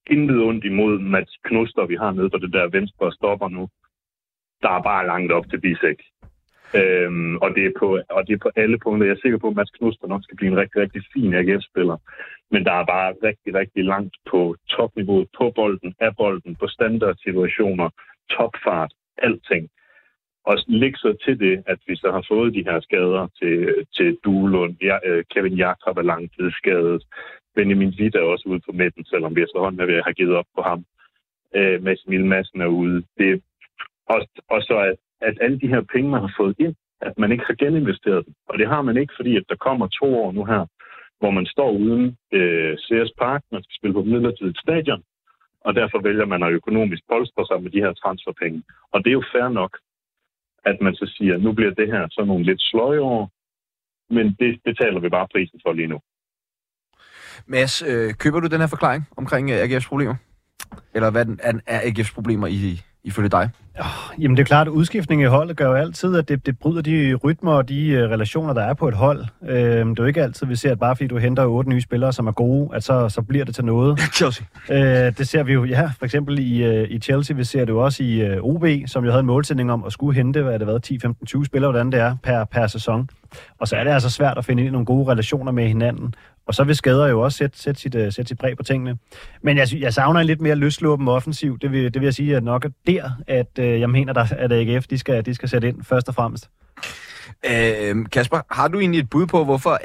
intet ondt imod Mats Knuster, vi har nede på det der venstre stopper nu. Der er bare langt op til Bisek. Og det er på alle punkter. Jeg er sikker på, at Mats Knuster nok skal blive en rigtig, rigtig fin AGF-spiller. Men der er bare rigtig, rigtig langt på topniveauet, på bolden, af bolden, på standardsituationer, topfart, alting. Og læg så til det, at vi så har fået de her skader til Duelund. Kevin Jakob er langtidsskadet. Benjamin Witt er også ude på midten, selvom vi efterhånden er ved at have givet op på ham. Mads Emil Madsen er ude. Og så at alle de her penge, man har fået ind, at man ikke har geninvesteret dem. Og det har man ikke, fordi at der kommer 2 år nu her, hvor man står uden CS Park, man skal spille på midlertidigt stadion, og derfor vælger man at økonomisk polstre sig med de her transferpenge. Og det er jo fair nok, at man så siger, at nu bliver det her sådan nogle lidt sløje år, men det betaler vi bare prisen for lige nu. Mads, køber du den her forklaring omkring AGF's problemer? Eller hvad er AGF's problemer ifølge dig? Jamen det er klart, at udskiftning i holdet gør jo altid, at det bryder de rytmer og de relationer, der er på et hold. Det er jo ikke altid, vi ser, at bare fordi du henter 8 nye spillere, som er gode, at så bliver det til noget. Chelsea. Det ser vi jo, for eksempel i Chelsea, vi ser det jo også i OB, som jo havde en målsætning om at skulle hente, 10-15-20 spillere, hvordan det er per sæson. Og så er det altså svært at finde ind i nogle gode relationer med hinanden. Og så vil skader jo også sætte sit præg på tingene. Men jeg savner en lidt mere løsluppen offensiv. Det vil jeg sige, at nok er der, at jeg mener, at AGF de skal sætte ind først og fremmest. Kasper, har du egentlig et bud på, hvorfor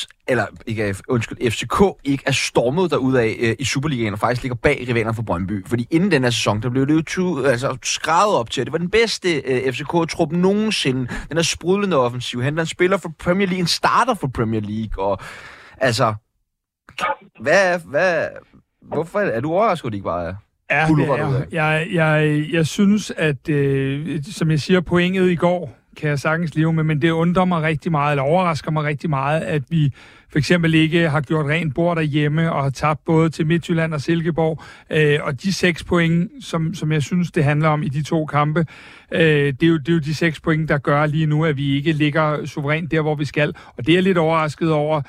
FCK ikke er stormet derudad i Superligaen og faktisk ligger bag rivalerne for Brøndby? Fordi inden den her sæson, der blev det jo skrevet op til, at det var den bedste FCK-trup nogensinde. Den er sprudlende offensiv. Han er en spiller for Premier League, en starter for Premier League, og altså, hvorfor er du overrasket, at de ikke bare er? Ja, jeg synes, at som jeg siger, pointet i går kan jeg sagtens leve med, men det undrer mig rigtig meget, eller overrasker mig rigtig meget, at vi for eksempel ikke har gjort rent bord derhjemme og har tabt både til Midtjylland og Silkeborg. Og de 6 point, som jeg synes, det handler om i de 2 kampe, det er jo de 6 point, der gør lige nu, at vi ikke ligger suverænt der, hvor vi skal. Og det er jeg lidt overrasket over.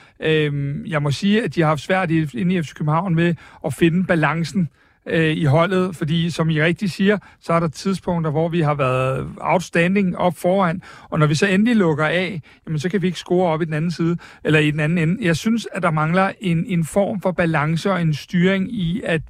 Jeg må sige, at de har haft svært inde i FC København med at finde balancen i holdet, fordi som I rigtig siger, så er der tidspunkter, hvor vi har været outstanding op foran, og når vi så endelig lukker af, jamen så kan vi ikke score op i den anden side, eller i den anden ende. Jeg synes, at der mangler en form for balance og en styring i, at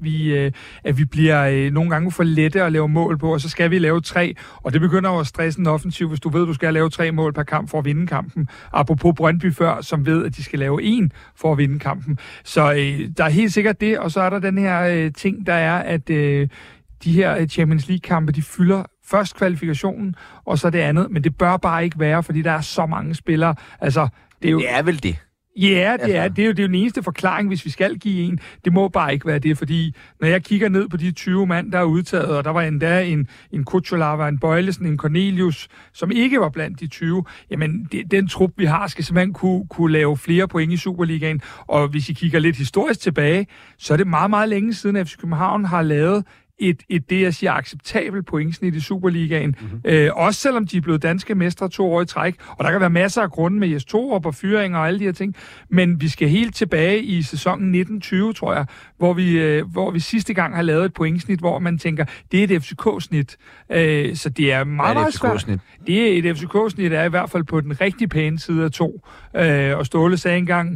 vi bliver nogle gange for lette at lave mål på, og så skal vi lave 3, og det begynder jo at stresse en offensiv, hvis du ved, du skal lave 3 mål per kamp for at vinde kampen. Apropos Brøndby før, som ved, at de skal lave 1 for at vinde kampen. Så der er helt sikkert det, og så er der den her ting, der er, at de her Champions League-kampe, de fylder først kvalifikationen, og så det andet. Men det bør bare ikke være, fordi der er så mange spillere. Altså, det er vel det. Ja, det er jo den eneste forklaring, hvis vi skal give en. Det må bare ikke være det, fordi når jeg kigger ned på de 20 mand, der er udtaget, og der var endda en Kucholava, en Bøjlesen, en Cornelius, som ikke var blandt de 20, jamen den trup, vi har, skal simpelthen kunne lave flere point i Superligaen. Og hvis I kigger lidt historisk tilbage, så er det meget, meget længe siden, at FC København har lavet det, jeg siger, acceptabelt pointsnit i Superligaen. Også selvom de er blevet danske mestre 2 år i træk. Og der kan være masser af grunde med Jes Torup og fyringer og alle de her ting. Men vi skal helt tilbage i sæsonen 1920, tror jeg, hvor vi sidste gang har lavet et pointsnit, hvor man tænker, det er et FCK-snit. Så det er meget, meget svært. Det er et FCK-snit, er i hvert fald på den rigtig pæne side af 2. Og Ståle sagde engang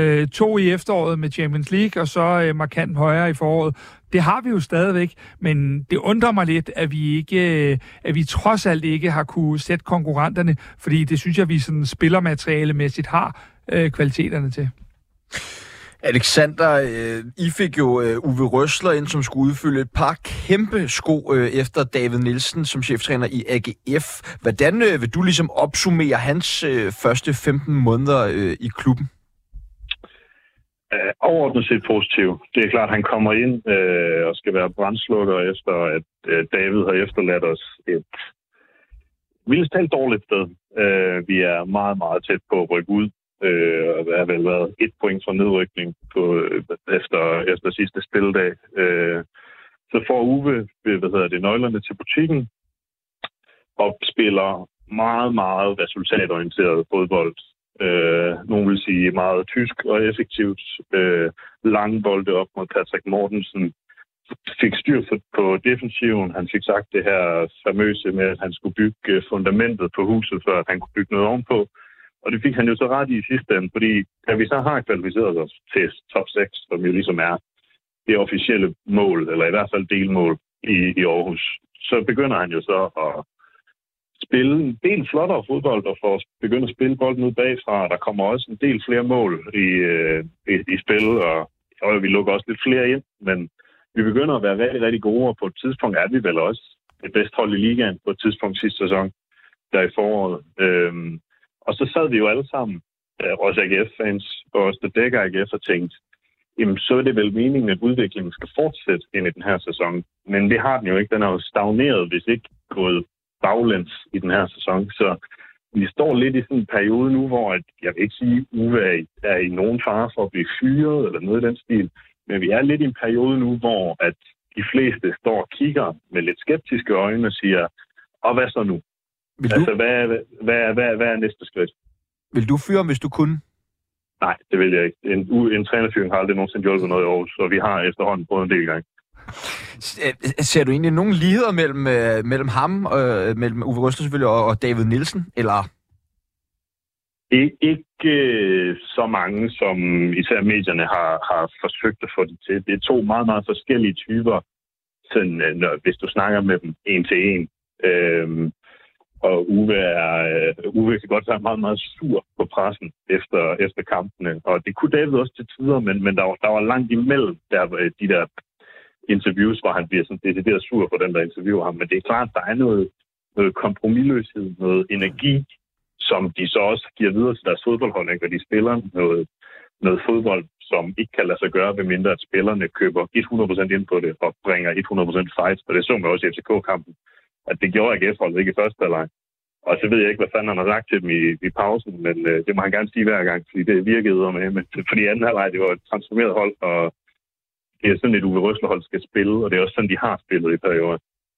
2 i efteråret med Champions League, og så markant højere i foråret. Det har vi jo stadigvæk, men det undrer mig lidt, at vi trods alt ikke har kunne sætte konkurrenterne, fordi det synes jeg, vi sådan spillermaterialemæssigt har kvaliteterne til. Alexander, I fik jo Uwe Rösler ind, som skulle udfylde et par kæmpe sko efter David Nielsen som cheftræner i AGF. Hvordan vil du ligesom opsummere hans første 15 måneder i klubben? Overordnet set positiv. Det er klart, at han kommer ind og skal være brandslukker efter, at David har efterladt os et vildest talt dårligt sted. Vi er meget, meget tæt på at rykke ud. Der har vel været 1 point fra nedrykning efter sidste spilledag. Så får Uwe nøglerne til butikken og spiller meget, meget resultatorienteret fodbold. Nogle vil sige meget tysk og effektivt. Lange bolde op mod Patrick Mortensen. fik styr på defensiven. Han fik sagt det her famøse med, at han skulle bygge fundamentet på huset, før at han kunne bygge noget ovenpå. Og det fik han jo så ret i sidste ende, fordi da vi så har kvalificeret os til top 6, som jo ligesom er det officielle mål, eller i hvert fald delmål i Aarhus, så begynder han jo så at spille en del flottere fodbold, og får begyndt at spille bolden ud bagfra. Der kommer også en del flere mål i spil, og vi lukker også lidt flere ind, men vi begynder at være rigtig, rigtig gode, og på et tidspunkt er vi vel også det bedste hold i ligaen på et tidspunkt sidste sæson, der i foråret. Og så sad vi jo alle sammen, også AGF-fans, og også der dækker AGF, og tænkte, jamen så er det vel meningen, at udviklingen skal fortsætte ind i den her sæson. Men det har den jo ikke. Den er jo stagneret, hvis ikke gået baglæns i den her sæson. Så vi står lidt i sådan en periode nu, hvor jeg vil ikke sige, at Uwe er i nogen fare for at blive fyret eller noget i den stil. Men vi er lidt i en periode nu, hvor at de fleste står og kigger med lidt skeptiske øjne og siger, og hvad så nu? Altså, hvad er næste skridt? Vil du fyre, hvis du kunne? Nej, det vil jeg ikke. En trænerfyring har aldrig nogensinde hjulpet noget i Aarhus, og vi har efterhånden prøvet en del gange. Ser du egentlig nogle ligheder mellem ham, mellem Uwe Røsler selvfølgelig, og David Nielsen, eller? Ikke så mange, som især medierne har forsøgt at få det til. Det er to meget, meget forskellige typer, sådan, hvis du snakker med dem en til en. Og Uwe kan godt være meget, meget sur på pressen efter kampene. Og det kunne David også til tider, men der var langt imellem de der interviews, hvor han bliver sådan decideret sur på den, der interviewer ham. Men det er klart, der er noget kompromisløshed, noget energi, som de så også giver videre til deres fodboldhold, ikke? Og de spiller noget fodbold, som ikke kan lade sig gøre, ved mindre at spillerne køber 100% ind på det og bringer 100% fight. Og det så man også i FCK-kampen, at det gjorde AGF-holdet ikke i første halvleg. Og så ved jeg ikke, hvad fanden han har sagt til dem i pausen, men det må han gerne sige hver gang, fordi det virkede med. Men fordi anden halvleg, det var et transformeret hold, og det er sådan et Uwe Røsler-hold skal spille, og det er også sådan, de har spillet i perioden.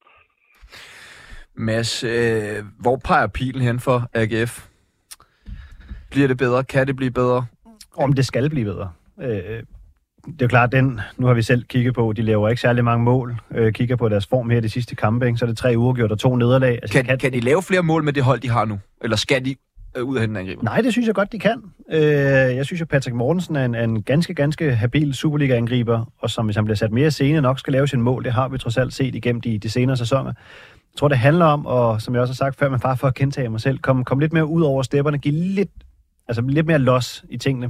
Mads, hvor peger pilen hen for AGF? Bliver det bedre? Kan det blive bedre? Om det skal blive bedre. Det er jo klart, nu har vi selv kigget på, de laver ikke særlig mange mål. Kigger på deres form her de sidste kampe, ikke? Så er det 3 uafgjort og 2 nederlag. Altså, kan de lave flere mål med det hold, de har nu? Eller skal de ud af hente angriber? Nej, det synes jeg godt, de kan. Jeg synes jo, Patrick Mortensen er en ganske, ganske habil Superliga-angriber, og som hvis han bliver sat mere scene, nok skal lave sin mål. Det har vi trods alt set igennem de senere sæsoner. Jeg tror, det handler om, og som jeg også har sagt før, men bare for at gentage mig selv, komme lidt mere ud over stepperne, give lidt mere los i tingene.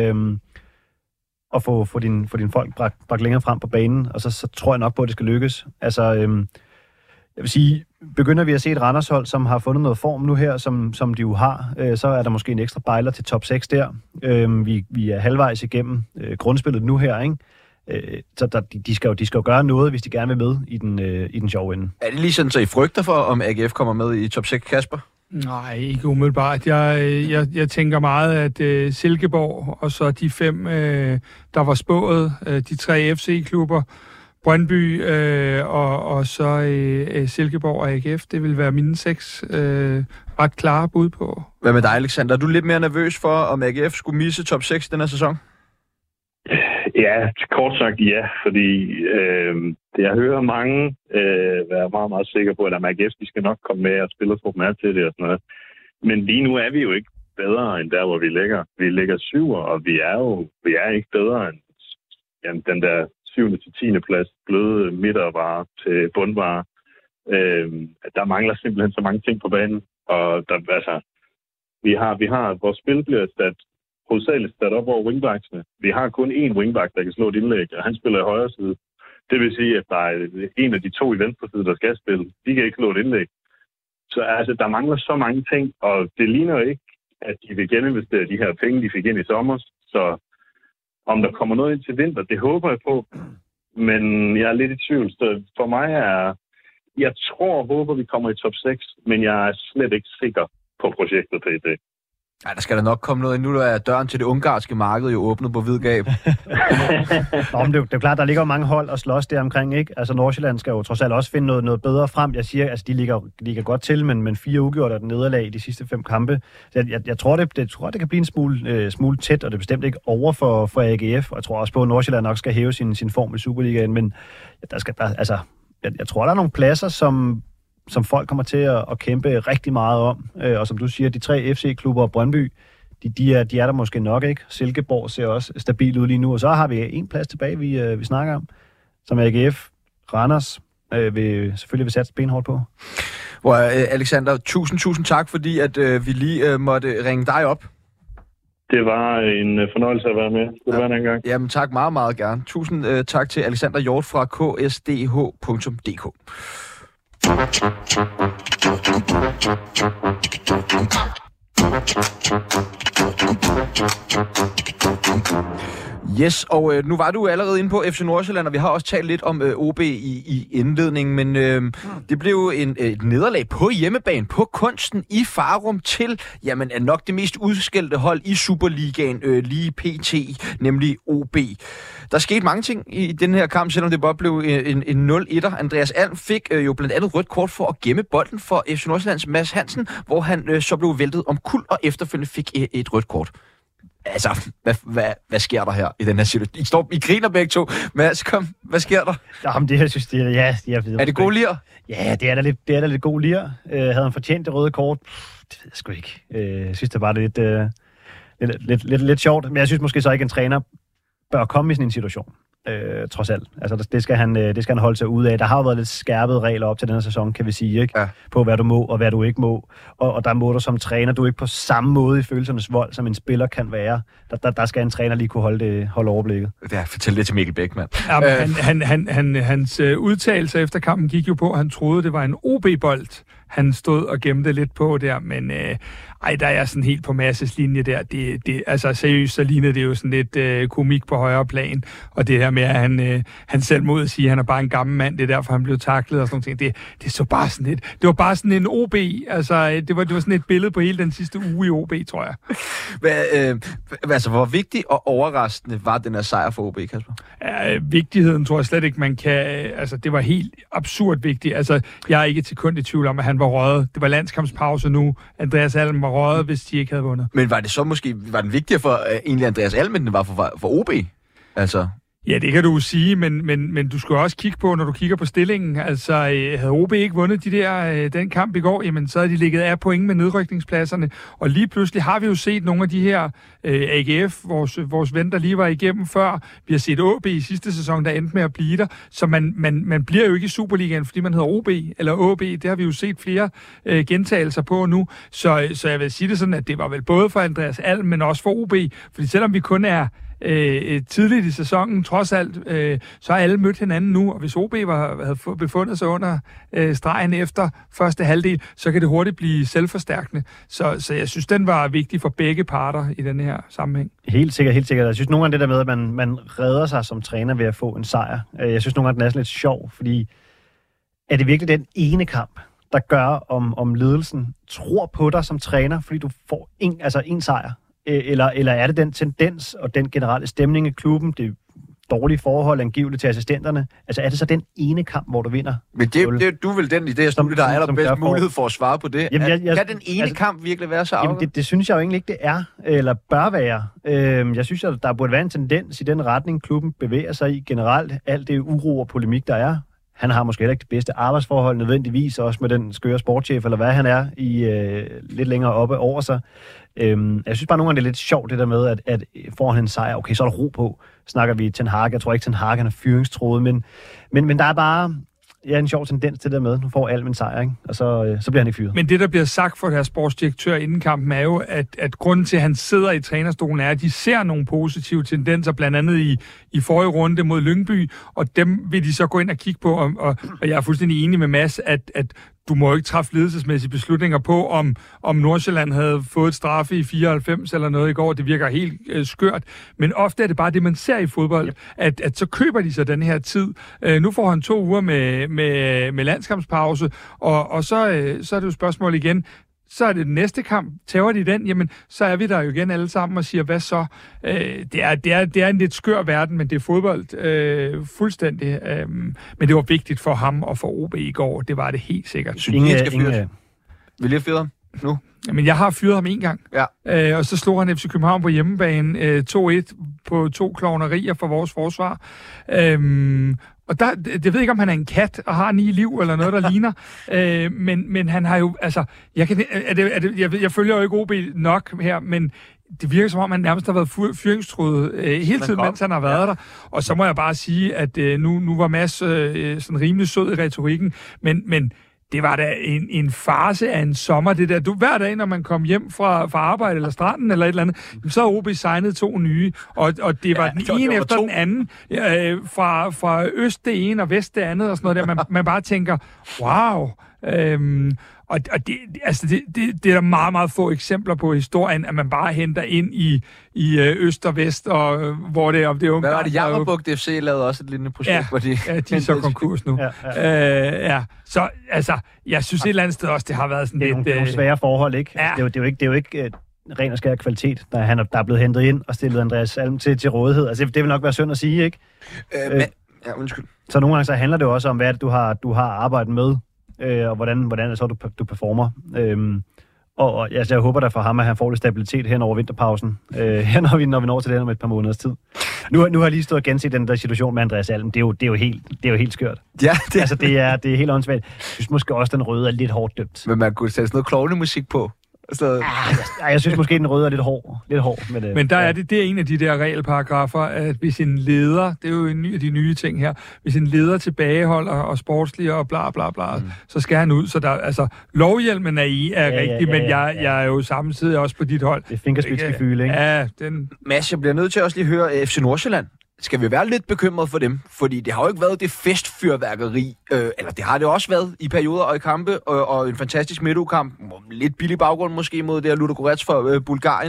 Og få din folk bragt længere frem på banen, og så tror jeg nok på, at det skal lykkes. Altså, jeg vil sige, begynder vi at se et Randershold, som har fundet noget form nu her, som de jo har, så er der måske en ekstra bejler til top 6 der. Vi er halvvejs igennem grundspillet nu her, ikke? Så de skal jo gøre noget, hvis de gerne vil med i den sjove ende. Er det lige sådan, så I frygter for, om AGF kommer med i top 6, Kasper? Nej, ikke umiddelbart. Jeg tænker meget, at Silkeborg og så de 5, der var spået, de 3 FC-klubber, Brøndby og så Silkeborg og AGF, det vil være mine 6 ret klare bud på. Hvad med dig, Alexander? Er du lidt mere nervøs for, om AGF skulle misse top 6 den her sæson? Ja, kort sagt ja, fordi jeg hører mange være meget, meget sikre på, at AGF de skal nok komme med og spille for mere til det og sådan noget. Men lige nu er vi jo ikke bedre end der, hvor vi ligger. Vi ligger 7, og vi er ikke bedre end den der 7. til 10. plads bløde midtervare til bundvare. Der mangler simpelthen så mange ting på banen, og vi har vores spil bliver hovedsageligt sat op over wingbacksene. Vi har kun én wingback, der kan slå et indlæg, og han spiller i højre side. Det vil sige, at der er en af de 2 i venstre side, der skal spille. De kan ikke slå et indlæg. Så altså, der mangler så mange ting, og det ligner ikke, at de vil geninvestere de her penge, de fik ind i sommer. Så om der kommer noget ind til vinter, det håber jeg på. Men jeg er lidt i tvivl. Så for mig jeg tror og håber, vi kommer i top 6, men jeg er slet ikke sikker på projektet på det. Ja, der skal da nok komme noget. Nu er døren til det ungarske marked jo åbnet på vid gab. Nå, men det er jo klart, der ligger mange hold og slås der omkring, ikke? Altså Nordsjælland skal jo trods alt også finde noget bedre frem. Jeg siger, altså de ligger godt til, men 4 uafgjort er den nederlag i de sidste 5 kampe. Så jeg tror, det kan blive en smule tæt, og det er bestemt ikke over for AGF. Og jeg tror også på, at Nordsjælland nok skal hæve sin form i Superligaen. Men jeg tror, der er nogle pladser, som folk kommer til at kæmpe rigtig meget om. Og som du siger, de 3 FC-klubber og Brøndby, de er der måske nok, ikke? Silkeborg ser også stabilt ud lige nu. Og så har vi en plads tilbage, vi snakker om, som AGF, Randers, selvfølgelig vil satse benhårdt på. Alexander, tusind tak, fordi at vi lige måtte ringe dig op. Det var en fornøjelse at være med. Skulle det være en gang? Jamen tak, meget, meget gerne. Tusind tak til Alexander Hjort fra ksdh.dk. Yes, og nu var du allerede inde på FC Nordsjælland, og vi har også talt lidt om OB i indledningen, men det blev et nederlag på hjemmebane, på Kunsten i Farum til, jamen nok det mest udskældte hold i Superligaen lige pt, nemlig OB. Der skete mange ting i den her kamp, selvom det bare blev en 0-1'er. Andreas Alm fik jo blandt andet rødt kort for at gemme bolden for FC Nordsjællands Mads Hansen, hvor han så blev væltet omkuld og efterfølgende fik et rødt kort. Altså, hvad sker der her i den her situation? I griner begge to. Mads, kom, hvad sker der? Jamen, det her synes jeg, ja. Er det god lir? Ja, det er da lidt god lir. Havde han fortjent det røde kort? Det ved jeg sgu ikke. Jeg synes, det var lidt sjovt. Men jeg synes måske så ikke, en træner bør komme i sådan en situation. Trods alt. Altså, det skal han holde sig ud af. Der har jo været lidt skærpede regler op til denne sæson, kan vi sige, ikke? Ja. På hvad du må og hvad du ikke må. Og der må du som træner, du er ikke på samme måde i følelsernes vold, som en spiller kan være. Der skal en træner lige kunne holde overblikket. Ja, fortæl det til Mikkel Bækman. Ja, hans udtalelser efter kampen gik jo på, at han troede, det var en OB-bold. Han stod og gemte lidt på der, men der er sådan helt på Masses linje der. Altså seriøst, så lignede det jo sådan lidt komik på højere plan, og det her med, at han selv mod at sige, at han er bare en gammel mand, det er derfor, han blev taklet og sådan noget. Det så bare sådan lidt. Det var bare sådan en OB, altså det var sådan et billede på hele den sidste uge i OB, tror jeg. Altså, hvor vigtig og overraskende var den her sejr for OB, Kasper? Ja, vigtigheden tror jeg slet ikke, man kan. Altså, det var helt absurd vigtigt. Altså, jeg er ikke til kun i tvivl om, at han var røget. Det var landskampspause nu. Andreas Alm var røget, hvis de ikke havde vundet. Men var det så måske, var den vigtigere for egentlig Andreas Alm, end den var for OB? Altså... Ja, det kan du sige, men du skal også kigge på, når du kigger på stillingen. Altså, havde OB ikke vundet den kamp i går, jamen så havde de ligget af point med nedrykningspladserne. Og lige pludselig har vi jo set nogle af de her AGF, vores ven, der lige var igennem før. Vi har set OB i sidste sæson, der endte med at blive der. Så man bliver jo ikke i Superligaen, fordi man hedder OB eller OB. Det har vi jo set flere gentagelser på nu. Så jeg vil sige det sådan, at det var vel både for Andreas Alm, men også for OB. Fordi selvom vi kun er tidligt i sæsonen, trods alt, så har alle mødt hinanden nu, og hvis OB havde befundet sig under stregen efter første halvdel, så kan det hurtigt blive selvforstærkende. Så jeg synes, den var vigtig for begge parter i den her sammenhæng. Helt sikkert. Jeg synes nogle gange det der med, at man redder sig som træner ved at få en sejr. Jeg synes nogle gange, den er sådan lidt sjov, fordi er det virkelig den ene kamp, der gør, om ledelsen tror på dig som træner, fordi du får en sejr? Eller er det den tendens og den generelle stemning i klubben, det dårlige forhold angiveligt til assistenterne? Altså er det så den ene kamp, hvor du vinder? Men du vil den idé, som der er allerbedst mulighed for at svare på det. Jamen, kan den ene kamp virkelig være så afgørende? Det synes jeg jo egentlig ikke, det er, eller bør være. Jeg synes, at der burde være en tendens i den retning, klubben bevæger sig i generelt. Alt det uro og polemik, der er. Han har måske heller ikke det bedste arbejdsforhold nødvendigvis, også med den skøre sportschef, eller hvad han er, i lidt længere oppe over sig. Jeg synes bare nogle gange, det er lidt sjovt det der med, at får han en sejr, okay, så er der ro på. Snakker vi Ten Hag, jeg tror ikke, Ten Hag han er fyringstroet, men der er bare en sjov tendens til det der med, nu får Alm en sejr, ikke? Og så bliver han ikke fyret. Men det, der bliver sagt for deres sportsdirektør inden kampen, er jo, at grunden til, at han sidder i trænerstolen, er, at de ser nogle positive tendenser, blandt andet i forrige runde mod Lyngby, og dem vil de så gå ind og kigge på, og jeg er fuldstændig enig med Mads, at du må ikke træffe ledelsesmæssige beslutninger på, om Nordsjælland havde fået et straffe i 94 eller noget i går. Det virker helt skørt. Men ofte er det bare det, man ser i fodbold, at så køber de sig den her tid. Nu får han 2 uger med landskampspause, og så er det jo spørgsmål igen. så er det den næste kamp. Tager de den, jamen, så er vi der jo igen alle sammen og siger, hvad så? Det er en lidt skør verden, men det er fodbold fuldstændig. Men det var vigtigt for ham og for OB i går. Det var det helt sikkert. Vil I have fyret ham nu? Jamen, jeg har fyret ham en gang. Ja. Og så slog han FC København på hjemmebane 2-1 på 2 klovnerier for vores forsvar. Og jeg ved ikke, om han er en kat og har 9 liv eller noget, der ligner. Men han har jo, altså... Jeg følger jo ikke OB nok her, men det virker som om, han nærmest har været fyringstruet hele tiden, mens han har været der. Og så må jeg bare sige, at nu var Mads sådan rimelig sød i retorikken, men det var da en farce af en sommer, det der. Hver dag, når man kom hjem fra arbejde eller stranden eller et eller andet, så har OB signet 2 nye, og det var den ene efter den anden, fra øst det ene og vest det andet, og sådan noget der. Man bare tænker, wow. Og det er der meget, meget få eksempler på historien, at man bare henter ind i øst og vest, og hvor det er om det er unge. Hvad var det? Jammerbugt FC lavede også et lignende projekt, hvor de... Ja, de er så konkurs nu. Så altså, jeg synes et eller andet sted også, det har været sådan lidt... Det er nogle svære forhold, ikke? Ja. Det er jo ikke ren og skær kvalitet, der er blevet hentet ind og stillet Andreas Alm til rådighed. Altså, det vil nok være synd at sige, ikke? Undskyld. Så nogle gange så handler det jo også om, hvad det, du har arbejdet med, og hvordan så du performer. Og jeg håber da for ham, at han får lidt stabilitet hen over vinterpausen, når vi når til det om et par måneders tid. Nu har jeg lige stået og genset den der situation med Andreas Alm. Det er jo helt skørt. Ja, det er helt åndssvagt. Jeg synes måske også, den røde er lidt hårdt dømt. Men man kunne sætte sådan noget klovnemusik på. Jeg synes måske, den røde er lidt hård. Men der er det er en af de der regelparagrafer, at hvis en leder, det er jo en af de nye ting her, hvis en leder tilbageholder og sportslig og bla bla bla, så skal han ud. Så der, altså, lovhjelmen er rigtig, men jeg er jo samtidig også på dit hold. Det er fingerspidsgefyle, ikke? Ja, Mads, jeg bliver nødt til også lige høre FC Nordsjælland. Skal vi være lidt bekymret for dem? Fordi det har jo ikke været det festfyrværkeri, eller det har det også været i perioder og i kampe, og en fantastisk midtugkamp, lidt billig baggrund måske mod det her Ludogorets for Bulgarien,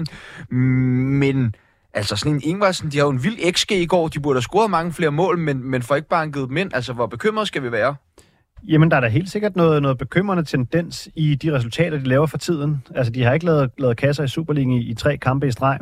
men altså sådan en Ingvarsen, de har jo en vild XG i går, de burde have scoret mange flere mål, men får ikke banket dem ind. Altså, hvor bekymret skal vi være? Jamen, der er da helt sikkert noget bekymrende tendens i de resultater, de laver for tiden. Altså, de har ikke lavet kasser i Superligaen i 3 kampe i streg.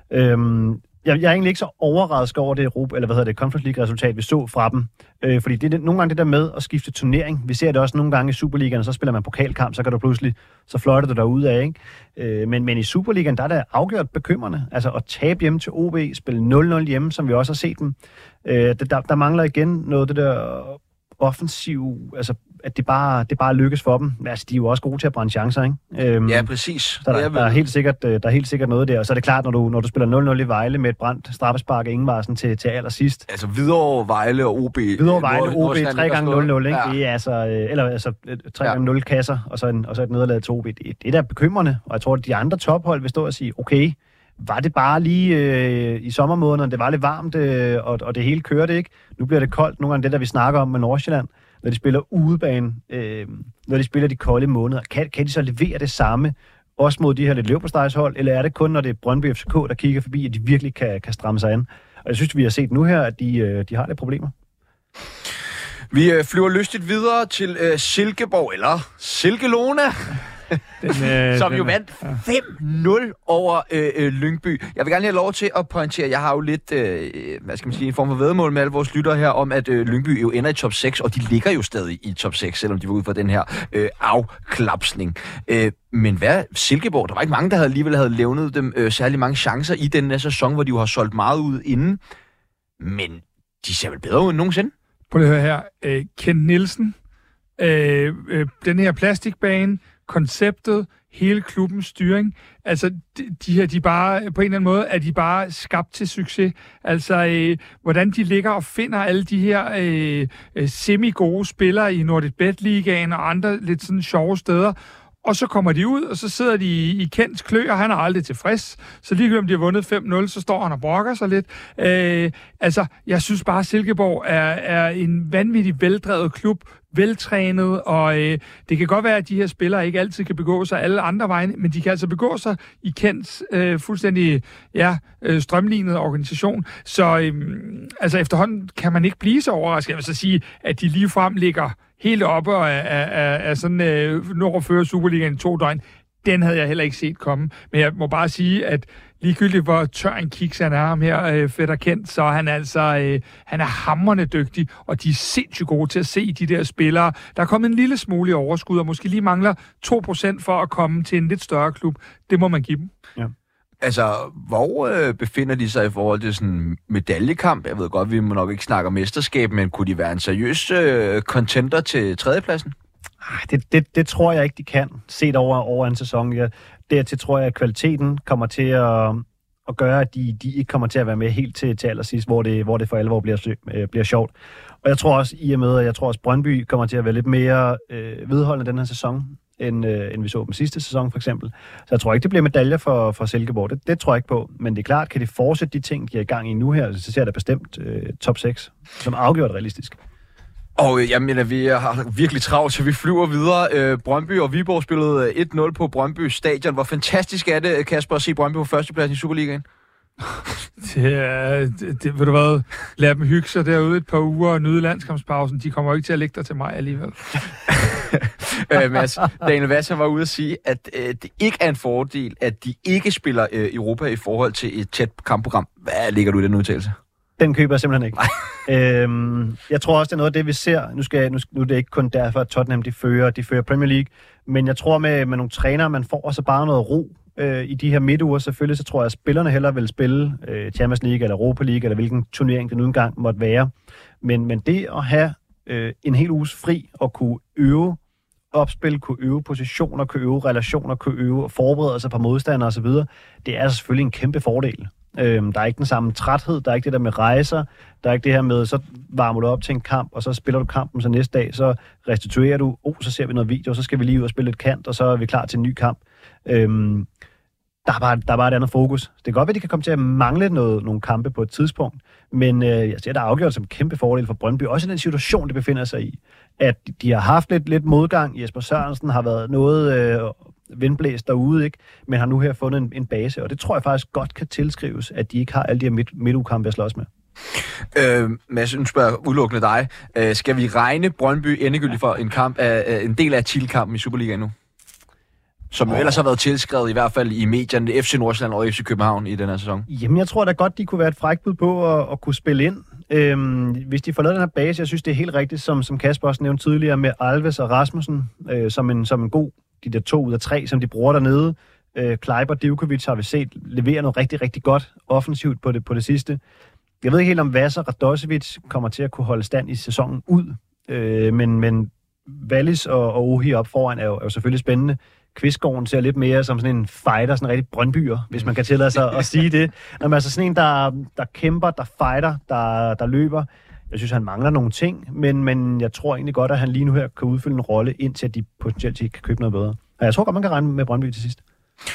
Jeg er egentlig ikke så overrasket over det Conference League-resultat, vi så fra dem. Fordi det er nogle gange det der med at skifte turnering. Vi ser det også nogle gange i Superligaen, så spiller man pokalkamp, så kan du pludselig, så fløjter du derude af, ikke? Men i Superligaen, der er det afgjort bekymrende. Altså at tabe hjemme til OB, spille 0-0 hjemme, som vi også har set dem. Der mangler igen noget det der offensiv, altså at det bare lykkes for dem. Altså, de er jo også gode til at brænde chancer, ikke? Ja, præcis. Så der er helt sikkert noget der. Og så er det klart, når du spiller 0-0 i Vejle med et brændt straffespark af Ingvarsen til allersidst. Altså Hvidovre, Vejle og OB. Hvidovre, Vejle, OB, 3 gange 0-0, ikke? Ja. Det er altså 3 gange 0 kasser, og så et nederlag til OB. Det er da bekymrende, og jeg tror, at de andre tophold vil stå og sige, okay, var det bare lige i sommermånederne, det var lidt varmt, og det hele kørte, ikke? Nu bliver det koldt. Nogle gange det, der vi snakker om med Nordsjælland, når de spiller udebane, når de spiller de kolde måneder, kan de så levere det samme, også mod de her lidt løbostejshold, eller er det kun, når det er Brøndby FCK, der kigger forbi, at de virkelig kan stramme sig an? Og jeg synes, vi har set nu her, at de har lidt problemer. Vi flyver lystigt videre til Silkeborg, eller Silkelona. Som jo vandt 5-0 over Lyngby. Jeg vil gerne have lov til at pointere, jeg har jo lidt, en form for væddemål med alle vores lyttere her, om at Lyngby jo ender i top 6, og de ligger jo stadig i top 6, selvom de var ude for den her afklapsning. Men hvad Silkeborg? Der var ikke mange, der alligevel havde levnet dem særlig mange chancer i den her sæson, hvor de jo har solgt meget ud inden. Men de ser vel bedre ud end nogensinde? Prøv at høre her. Kent Nielsen, den her plastikbane, konceptet, hele klubbens styring. Altså, de bare, på en eller anden måde, er de bare skabt til succes. Altså, hvordan de ligger og finder alle de her semi-gode spillere i NordicBet-ligaen og andre lidt sådan sjove steder. Og så kommer de ud, og så sidder de i Kents klø, og han er aldrig tilfreds. Så lige om de har vundet 5-0, så står han og brokker sig lidt. Jeg synes bare, at Silkeborg er en vanvittig veldrevet klub, veltrænet, og det kan godt være, at de her spillere ikke altid kan begå sig alle andre vegne, men de kan altså begå sig i Kents fuldstændig strømlignede organisation. Så efterhånden kan man ikke blive så overrasket. Jeg vil så sige, at de ligefrem ligger helt oppe og er sådan når fører Superligaen 2 døgn. den havde jeg heller ikke set komme. Men jeg må bare sige, at ligegyldigt hvor tør en kiks han er, ham her Fætter Kent, så er han altså han er hamrende dygtig, og de er sindssygt gode til at se de der spillere. Der er kommet en lille smule i overskud, og måske lige mangler 2% for at komme til en lidt større klub. Det må man give dem. Ja. Altså, hvor befinder de sig i forhold til sådan en medaljekamp? Jeg ved godt, vi må nok ikke snakke om mesterskab, men kunne de være en seriøs contender til tredjepladsen? Det tror jeg ikke, de kan, set over en sæson. Dertil tror jeg, at kvaliteten kommer til at gøre, at de ikke kommer til at være med helt til allersidst, hvor det for alvor bliver sjovt. Og jeg tror også, i og med, at jeg tror også, Brøndby kommer til at være lidt mere vedholdende den her sæson, end vi så dem sidste sæson, for eksempel. Så jeg tror ikke, det bliver medaljer for Silkeborg. Det tror jeg ikke på. Men det er klart, kan de fortsætte de ting, de er i gang i nu her, så ser jeg da bestemt top 6, som afgjort realistisk. Og jeg mener, vi har virkelig travlt, så vi flyver videre. Brøndby og Viborg spillede 1-0 på Brøndby Stadion. Hvor fantastisk er det, Kasper, at se Brøndby på førstepladsen i Superligaen? Det ved du hvad, lad dem hygge sig derude et par uger og nyde landskampspausen. De kommer jo ikke til at lægge dig til mig alligevel. Mads, Daniel Vasser var ude at sige, at det ikke er en fordel, at de ikke spiller Europa i forhold til et tæt kampprogram. Hvad ligger du i den udtalelse? Den køber jeg simpelthen ikke. Jeg tror også, det er noget af det, vi ser. Nu er det ikke kun derfor, at Tottenham de fører Premier League, men jeg tror med nogle trænere, man får også bare noget ro i de her midtuger. Selvfølgelig så tror jeg, at spillerne hellere vil spille Champions League eller Europa League, eller hvilken turnering det nu engang måtte være. Men det at have en hel uges fri og kunne øve opspil, kunne øve positioner, kunne øve relationer, kunne øve forberede sig på modstandere osv., det er selvfølgelig en kæmpe fordel. Der er ikke den samme træthed, der er ikke det der med rejser, der er ikke det her med, så varmer du op til en kamp, og så spiller du kampen, så næste dag, så restituerer du, så ser vi noget video, så skal vi lige ud og spille et kant, og så er vi klar til en ny kamp. Der er bare et andet fokus. Det kan godt være, at de kan komme til at mangle nogle kampe på et tidspunkt, men jeg ser, der er afgjort som kæmpe fordel for Brøndby, også i den situation, de befinder sig i, at de har haft lidt modgang. Jesper Sørensen har været noget vindblæst derude, ikke? Men har nu her fundet en base, og det tror jeg faktisk godt kan tilskrives, at de ikke har alle de her midtugkampe at slås med. Mads, nu spørger jeg udelukkende dig. Skal vi regne Brøndby endegyldigt for en del af Thiel-kampen i Superligaen nu? Som jo ellers har været tilskrevet, i hvert fald i medierne, FC Nordsjælland og FC København i den her sæson. Jamen, jeg tror da godt, de kunne være et frækbud på at kunne spille ind. Hvis de får lavet den her base, jeg synes, det er helt rigtigt, som Kasper også nævnte tidligere, med Alves og Rasmussen, som en god, de der 2 ud af 3, som de bruger dernede. Kleiber, Divkovic har vi set levere noget rigtig, rigtig godt offensivt på det sidste. Jeg ved ikke helt, om Vasser Radosevic kommer til at kunne holde stand i sæsonen ud, men Wallis og Ohi op foran er jo selvfølgelig spændende. Kvistgården ser lidt mere som sådan en fighter, sådan en rigtig brøndbyer, hvis man kan tillade sig at sige det. Når man altså sådan en, der kæmper, der fighter, der løber. Jeg synes, han mangler nogle ting, men jeg tror egentlig godt, at han lige nu her kan udfylde en rolle, indtil at de potentielt kan købe noget bedre. Og jeg tror godt, man kan regne med Brøndby til sidst.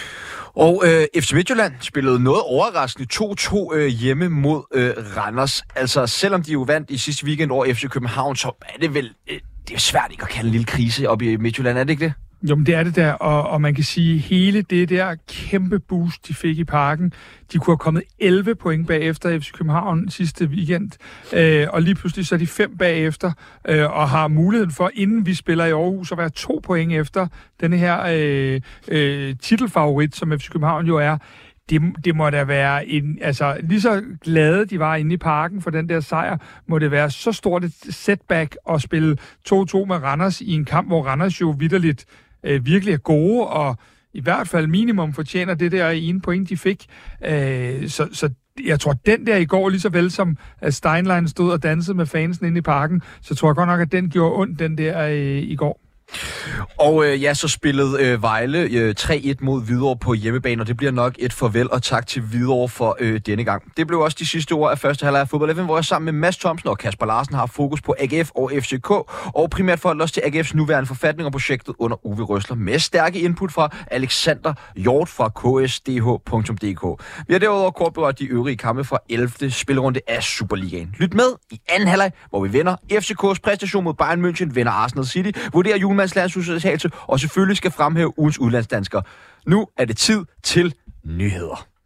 Og FC Midtjylland spillede noget overraskende 2-2 hjemme mod Randers. Altså, selvom de jo vandt i sidste weekend over FC København, så er det vel det er svært ikke at kalde en lille krise op i Midtjylland, er det ikke det? Jo, men det er det der, og man kan sige, hele det der kæmpe boost, de fik i Parken, de kunne have kommet 11 point bagefter FC København sidste weekend, og lige pludselig så er de 5 bagefter, og har muligheden for, inden vi spiller i Aarhus, at være 2 point efter denne her titelfavorit, som FC København jo er. Det må da være lige så glade de var inde i Parken for den der sejr, må det være så stort et setback at spille 2-2 med Randers i en kamp, hvor Randers jo vitterligt virkelig er gode, og i hvert fald minimum fortjener det der ene point, de fik. Så jeg tror, den der i går, lige så vel som at Steinlein stod og dansede med fansen inde i Parken, så tror jeg godt nok, at den gjorde ondt, den der i går. Og så spillede Vejle 3-1 mod Hvidovre på hjemmebane, og det bliver nok et farvel og tak til Hvidovre for denne gang. Det blev også de sidste ord af første halvleg af Fodbold FM, hvor jeg sammen med Mads Thomsen og Kasper Larsen har fokus på AGF og FCK, og primært forholdt os til AGF's nuværende forfatning og projektet under Uwe Røsler, med stærke input fra Alexander Hjort fra ksdh.dk. Vi har derudover kort berørt de øvrige kampe fra 11. spillerunde af Superligaen. Lyt med i anden halvleg, hvor vi vender FCK's præstation mod Bayern München, vinder Arsenal City, vurderer Julemands landsholdsudtagelse og selvfølgelig skal fremhæve ugens udlandsdanskere. Nu er det tid til nyheder.